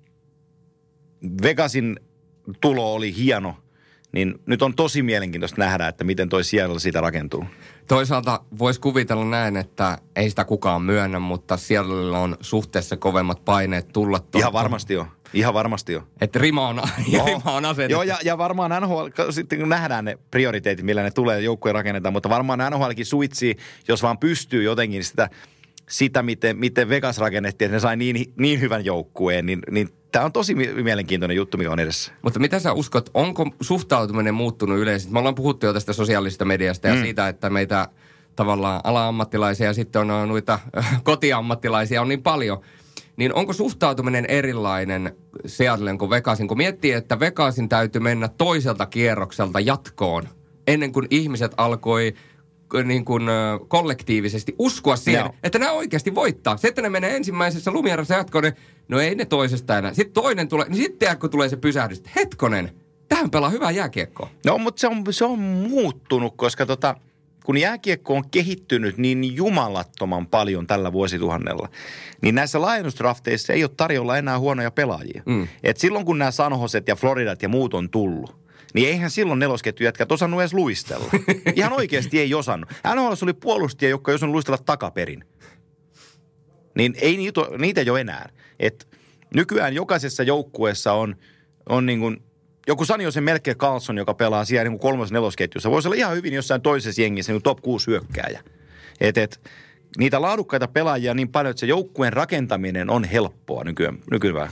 Vegasin tulo oli hieno. Niin nyt on tosi mielenkiintoista nähdä, että miten toi Seattle siitä rakentuu. Toisaalta voisi kuvitella näin, että ei sitä kukaan myönnä, mutta Seattlella on suhteessa kovemmat paineet tulla tuolta. Ihan varmasti on. Ihan varmasti on. Että rima on, ja rima on asetettu. Joo, ja, ja varmaan N H L, sitten kun nähdään ne prioriteetit, millä ne tulee, joukkueen rakennetaan, mutta varmaan N H L:kin suitsii, jos vaan pystyy jotenkin sitä, sitä miten, miten Vegas rakennettiin, että ne sai niin, niin hyvän joukkueen, niin, niin tämä on tosi mielenkiintoinen juttu, mikä on edessä. Mutta mitä sä uskot, onko suhtautuminen muuttunut yleisesti? Me ollaan puhuttu jo tästä sosiaalisesta mediasta ja mm. siitä, että meitä tavallaan ala-ammattilaisia ja sitten on noita kotiammattilaisia on niin paljon. Niin onko suhtautuminen erilainen Seattlen kuin Vegasin? Kun miettii, että Vegasin täytyy mennä toiselta kierrokselta jatkoon ennen kuin ihmiset alkoi niin kuin kollektiivisesti uskoa siihen, no. että nämä oikeasti voittaa. Se, että ne menee ensimmäisessä lumierassa jatkoon, niin no ei ne toisesta enää. Sitten toinen tulee, niin sitten kun tulee se pysähdys, että hetkonen, tähän pelaa hyvää jääkiekkoa. No, mutta se on, se on muuttunut, koska tota, kun jääkiekko on kehittynyt niin jumalattoman paljon tällä vuosituhannella, niin näissä Lions-drafteissa ei ole tarjolla enää huonoja pelaajia. Mm. Et silloin kun nämä San Joset ja Floridat ja muut on tullut, niin eihän silloin nelosketjujätkät osannut edes luistella. Ihan oikeasti ei osannut. N H L:ssä oli puolustajia, jotka ei osannut luistella takaperin. Niin ei niitä, niitä ei ole enää. Et nykyään jokaisessa joukkueessa on, on niin kuin joku Sanjosen Melker Karlsson, joka pelaa siellä niin kuin kolmas nelosketjussa. Voisi olla ihan hyvin jossain toisessa jengissä niin top kuusi hyökkääjä. Et, et, niitä laadukkaita pelaajia niin paljon, että se joukkueen rakentaminen on helppoa nykyään. nykyään.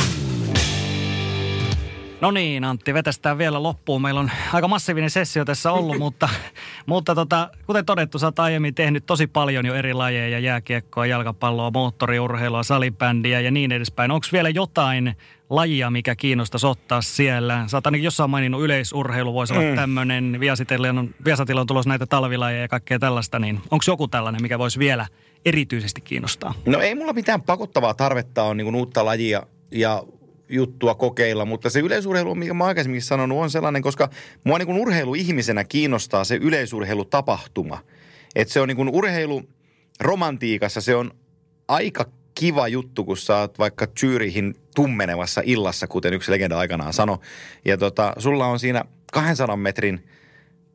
No niin, Antti, vetästään vielä loppuun. Meillä on aika massiivinen sessio tässä ollut, mutta, mutta tota, kuten todettu, sä oot aiemmin tehnyt tosi paljon jo eri lajeja, jääkiekkoa, jalkapalloa, moottoriurheilua, salibändiä ja niin edespäin. Onko vielä jotain lajia, mikä kiinnostaisi ottaa siellä? Sä oot ainakin jossain maininnut yleisurheilu, voisi olla mm. tämmöinen. Viasatilla on tulossa näitä talvilajeja ja kaikkea tällaista, niin onko joku tällainen, mikä voisi vielä erityisesti kiinnostaa? No ei mulla mitään pakottavaa tarvetta on niin kuin uutta lajia ja juttua kokeilla, mutta se yleisurheilu, mikä mä aikaisemmin sanonut, on sellainen, koska mua niin kuin urheiluihmisenä kiinnostaa se yleisurheilutapahtuma. Että se on niin kuin urheiluromantiikassa, se on aika kiva juttu, kun sä oot vaikka Zürichin tummenevassa illassa, kuten yksi legenda aikanaan sanoi. Ja tota, sulla on siinä kahdensadan metrin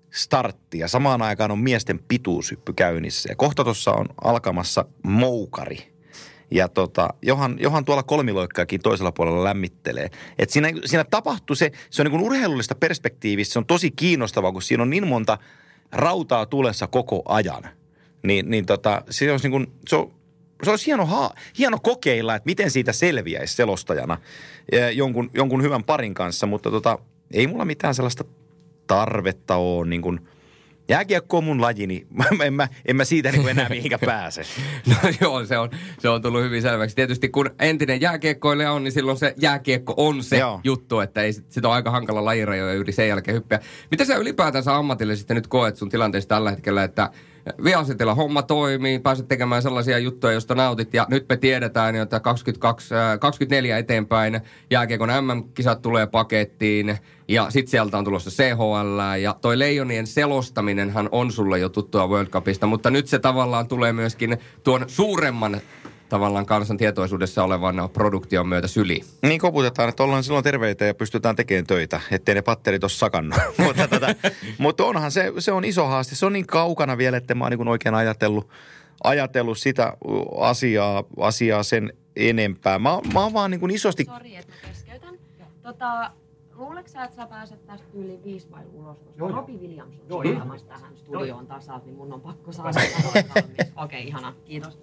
startti ja samaan aikaan on miesten pituushyppy käynnissä. Ja kohta tuossa on alkamassa moukari. Ja tota, Johan, Johan tuolla kolmiloikkaakin toisella puolella lämmittelee. Et siinä, siinä tapahtuu se, se on niin kuin urheilullista perspektiivistä, se on tosi kiinnostavaa, kun siinä on niin monta rautaa tulessa koko ajan. Niin, niin tota, se olisi niin kuin, se on, se olisi hieno, haa, hieno kokeilla, että miten siitä selviäisi selostajana jonkun, jonkun hyvän parin kanssa, mutta tota, ei mulla mitään sellaista tarvetta ole niin kuin, jääkiekko on mun laji, niin en mä, en mä siitä niin kuin enää mihinkä pääse. No joo, se on, se on tullut hyvin selväksi. Tietysti kun entinen jääkiekkoilija on, niin silloin se jääkiekko on se joo. juttu, että ei sit, sit on aika hankala lajirajoja yli sen jälkeen hyppiä. Mitä sä ylipäätänsä ammatillisesti nyt koet sun tilanteessa tällä hetkellä, että Viasatilla homma toimii, pääset tekemään sellaisia juttuja, joista nautit. Ja nyt me tiedetään, että kaksikymmentäkaksi, kaksikymmentäneljä eteenpäin jääkiekon äm äm-kisat tulee pakettiin. Ja sit sieltä on tulossa C H L. Ja toi Leijonien selostaminenhan on sulle jo tuttua World Cupista. Mutta nyt se tavallaan tulee myöskin tuon suuremman tavallaan kansan tietoisuudessa olevan produktion myötä syliin. Niin koputetaan, että ollaan silloin terveitä ja pystytään tekemään töitä, ettei ne patterit ole sakannut. mutta, tota, mutta onhan se, se on iso haaste. Se on niin kaukana vielä, että mä oon niin oikein ajatellut, ajatellut sitä asiaa, asiaa sen enempää. Mä, mä oon vaan niin kuin isosti... Sori, että mä keskeytän. Tota, luuleeko sä, että sä pääset tästä yli viisi vai ulos? Koska Robbie Williams on soittamassa tähän studioon tasalta, niin mun on pakko saada valmiiksi. Okei, okay, ihana. Kiitos.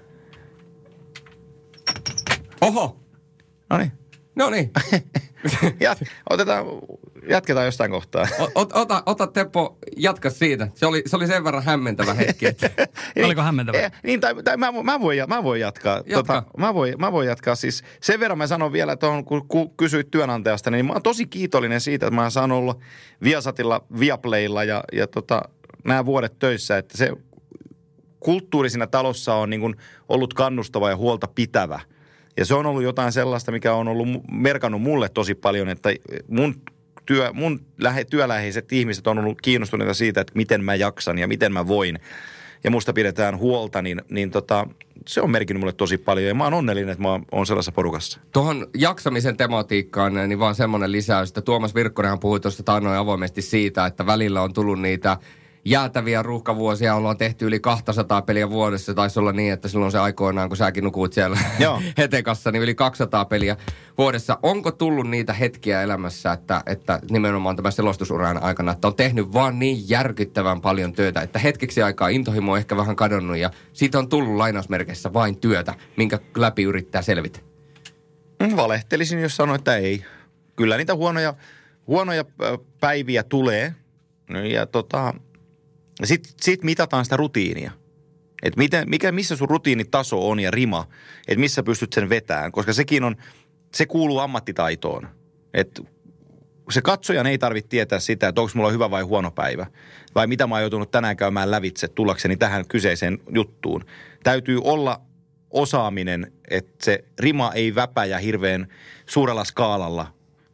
Oho! No niin. No niin. Jat, otetaan, jatketaan jostain kohtaa. Ot, ota, ota Teppo, jatka siitä. Se oli, se oli sen verran hämmentävä hetki. Että... Oliko hämmentävä? Eh, niin, tai, tai mä, mä, voin, mä voin jatkaa. Tota, mä, voin, mä voin jatkaa siis. Sen verran mä sanon vielä, että kun, kun kysyit työnantajasta, niin mä oon tosi kiitollinen siitä, että mä saan olla Viasatilla, Viaplaylla ja, ja tota, nämä vuodet töissä, että se kulttuuri siinä talossa on niin kuin ollut kannustava ja huolta pitävä. Ja se on ollut jotain sellaista, mikä on ollut merkannut mulle tosi paljon, että mun, työ, mun lähe, työläheiset ihmiset on ollut kiinnostuneita siitä, että miten mä jaksan ja miten mä voin. Ja musta pidetään huolta, niin, niin tota, se on merkinnyt mulle tosi paljon. Ja mä oon onnellinen, että mä oon sellaisessa porukassa. Tuohon jaksamisen tematiikkaan, niin vaan semmoinen lisäys, että Tuomas Virkkonenhan puhui tuosta taannoin avoimesti siitä, että välillä on tullut niitä jäätäviä ruuhkavuosia, ollaan tehty yli kaksisataa peliä vuodessa. Taisi olla niin, että silloin se aikoinaan, kun säkin nukuit siellä Hetekassa, niin yli kaksisataa peliä vuodessa. Onko tullut niitä hetkiä elämässä, että, että nimenomaan tämän selostusuran aikana, että on tehnyt vaan niin järkyttävän paljon työtä, että hetkeksi aikaa intohimo on ehkä vähän kadonnut ja siitä on tullut lainausmerkeissä vain työtä, minkä läpi yrittää selvitä? Valehtelisin, jos sanoin, että ei. Kyllä niitä huonoja, huonoja päiviä tulee ja tota... Sitten sit mitataan sitä rutiinia. Että miten, mikä, missä sun rutiinitaso on ja rima, että missä pystyt sen vetämään. Koska sekin on, se kuuluu ammattitaitoon. Että se katsojan ei tarvitse tietää sitä, että onko mulla hyvä vai huono päivä. Vai mitä mä oon joutunut tänään käymään lävitse tullakseni tähän kyseiseen juttuun. Täytyy olla osaaminen, että se rima ei väpäjä hirveän suurella skaalalla,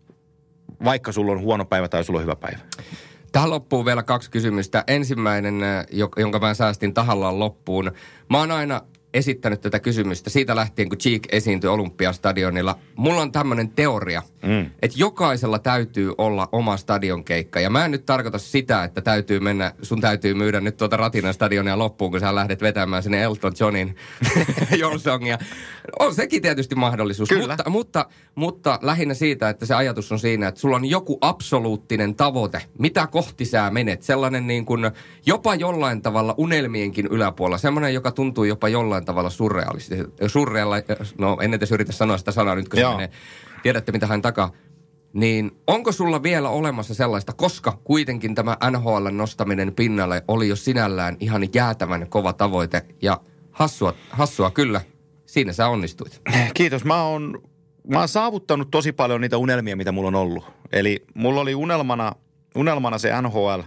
vaikka sulla on huono päivä tai sulla on hyvä päivä. Tähän loppuu vielä kaksi kysymystä. Ensimmäinen, jonka mä säästin tahallaan loppuun. Mä oon aina esittänyt tätä kysymystä siitä lähtien, kun Cheek esiintyi Olympiastadionilla. Mulla on tämmöinen teoria, mm. että jokaisella täytyy olla oma stadionkeikka. Ja mä en nyt tarkoita sitä, että täytyy mennä, sun täytyy myydä nyt tuota Ratinan stadionia loppuun, kun sä lähdet vetämään sinne Elton Johnin Joulsongia. On sekin tietysti mahdollisuus. Kyllä. Mutta, mutta, mutta lähinnä siitä, että se ajatus on siinä, että sulla on joku absoluuttinen tavoite. Mitä kohti sä menet? Sellainen niin kuin jopa jollain tavalla unelmienkin yläpuolella. Sellainen, joka tuntuu jopa jollain tavalla surrealisti. Surreala, no en edes yritä sanoa sitä sanaa nyt, kun se menee. Tiedätte, mitä hän takaa. Niin onko sulla vielä olemassa sellaista, koska kuitenkin tämä N H L:n nostaminen pinnalle oli jo sinällään ihan jäätävän kova tavoite. Ja hassua, hassua kyllä, siinä sä onnistuit. Kiitos. Mä oon, mä oon saavuttanut tosi paljon niitä unelmia, mitä mulla on ollut. Eli mulla oli unelmana, unelmana se N H L.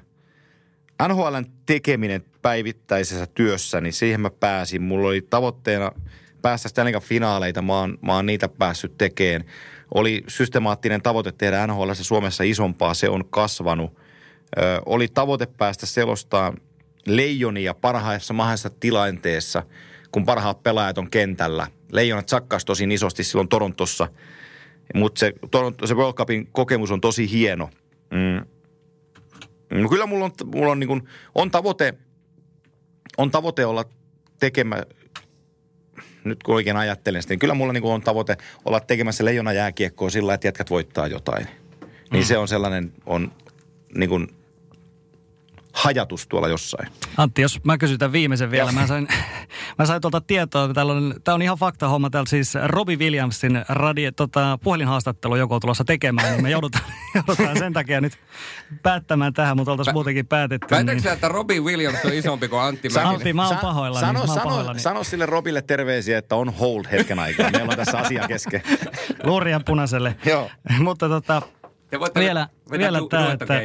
N H L:n tekeminen päivittäisessä työssä, niin siihen mä pääsin. Mulla oli tavoitteena päästä Stanley Cup-finaaleita, mä oon, mä oon niitä päässyt tekemään. Oli systemaattinen tavoite tehdä N H L:ssä Suomessa isompaa, se on kasvanut. Ö, oli tavoite päästä selostaa Leijonia parhaissa mahdollisessa tilanteessa, kun parhaat pelaajat on kentällä. Leijonat sakkas tosi isosti silloin Torontossa, mutta se, Toronto, se World Cupin kokemus on tosi hieno. Mm. No kyllä mulla on, mulla on, niin kuin, on, tavoite, on tavoite olla tekemä, nyt kun oikein ajattelen sitä, niin kyllä mulla niin kuin on tavoite olla tekemässä leijona jääkiekkoa sillä, että jätkät voittaa jotain. Niin mm. se on sellainen, on niin kuin hajatus tuolla jossain. Antti, jos mä kysyn tämän viimeisen vielä. Mä sain, mä sain tuolta tietoa. Täällä on, tää on ihan faktahomma. Täällä siis Robbie Williamsin radio, tota, puhelinhaastattelu joku on tulossa tekemään, niin me joudutaan, joudutaan sen takia nyt päättämään tähän, mutta oltaisiin muutenkin päätetty. Päätätkö niin. että Robbie Williams on isompi kuin Antti Mäkinen? Antti, mä oon pahoillani. Sano, mä oon sano, pahoillani. sano sille Robille terveisiä, että on hold hetken aikaa. Meillä on tässä asia kesken. Luuria punaiselle. Joo. Mutta tota, vielä, vielä tu- tämä, että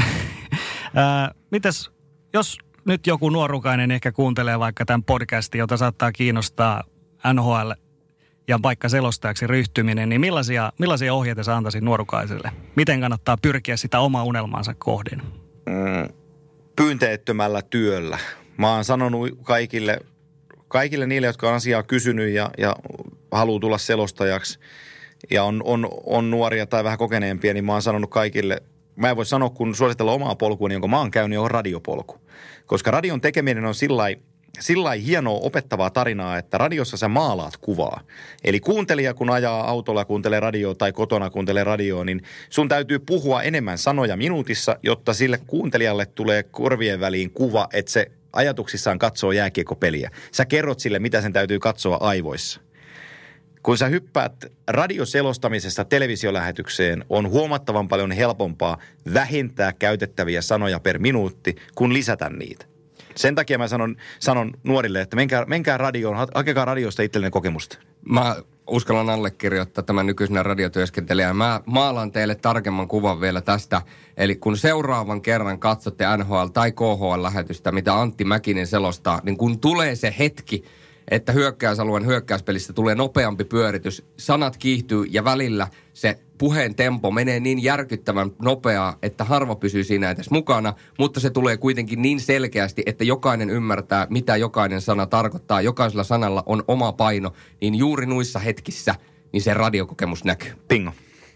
ää, mites, jos nyt joku nuorukainen ehkä kuuntelee vaikka tämän podcastin, jota saattaa kiinnostaa N H L ja vaikka selostajaksi ryhtyminen, niin millaisia, millaisia ohjeita sä antaisit nuorukaiselle? Miten kannattaa pyrkiä sitä omaa unelmaansa kohden? Mm, pyynteettömällä työllä. Mä oon sanonut kaikille, kaikille niille, jotka on asiaa kysynyt ja, ja haluaa tulla selostajaksi ja on, on, on nuoria tai vähän kokeneempia, niin mä oon sanonut kaikille, mä en voi sanoa, kun suositella omaa polkua, jonka mä oon käynyt, on radiopolku. Koska radion tekeminen on sillä hienoa opettavaa tarinaa, että radiossa sä maalaat kuvaa. Eli kuuntelija, kun ajaa autolla kuuntelee radioa tai kotona kuuntelee radioa, niin sun täytyy puhua enemmän sanoja minuutissa, jotta sille kuuntelijalle tulee korvien väliin kuva, että se ajatuksissaan katsoo jääkiekkopeliä. Sä kerrot sille, mitä sen täytyy katsoa aivoissa. Kun sä hyppäät radioselostamisesta televisiolähetykseen, on huomattavan paljon helpompaa vähentää käytettäviä sanoja per minuutti, kun lisätä niitä. Sen takia mä sanon, sanon nuorille, että menkää, menkää radioon, hakekaa radiosta itsellinen kokemusta. Mä uskallan allekirjoittaa tämän nykyisenä radiotyöskentelijän. Mä maalaan teille tarkemman kuvan vielä tästä. Eli kun seuraavan kerran katsotte N H L- tai K H L-lähetystä, mitä Antti Mäkinen selostaa, niin kun tulee se hetki, että hyökkäysalueen hyökkäyspelissä tulee nopeampi pyöritys, sanat kiihtyy ja välillä se puheen tempo menee niin järkyttävän nopeaa, että harva pysyy siinä edes mukana, mutta se tulee kuitenkin niin selkeästi, että jokainen ymmärtää, mitä jokainen sana tarkoittaa. Jokaisella sanalla on oma paino, niin juuri nuissa hetkissä niin se radiokokemus näkyy. Bingo.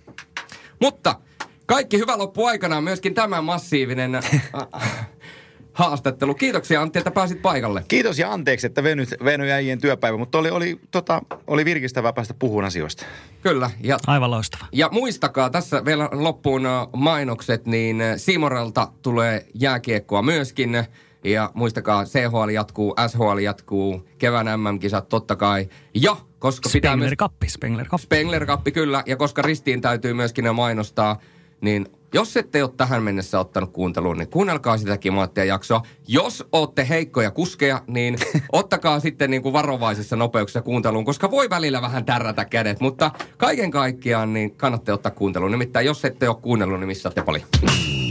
Mutta kaikki hyvä loppu aikanaan, myöskin tämä massiivinen haastattelu. Kiitoksia Antti, että pääsit paikalle. Kiitos ja anteeksi, että venyt, veny äijien työpäivä, mutta oli, oli, tota, oli virkistävää päästä puhumaan asioista. Kyllä. Ja, aivan loistava. Ja muistakaa, tässä vielä loppuun mainokset, niin Simorelta tulee jääkiekkoa myöskin. Ja muistakaa, C H L jatkuu, S H L jatkuu, kevään M M-kisat totta kai. Ja koska pitää Spengler myös... Kappi, Spengler Kappi. Spengler Kappi, kyllä. Ja koska Ristiin täytyy myöskin ne mainostaa, niin jos ette ole tähän mennessä ottanut kuunteluun, niin kuunnelkaa sitä Kimaattia jaksoa. Jos ootte heikkoja kuskeja, niin ottakaa sitten niin kuin varovaisissa nopeuksissa kuunteluun, koska voi välillä vähän tärrätä kädet. Mutta kaiken kaikkiaan niin kannattaa ottaa kuunteluun. Nimittäin jos ette ole kuunnellut, niin missaatte paljon.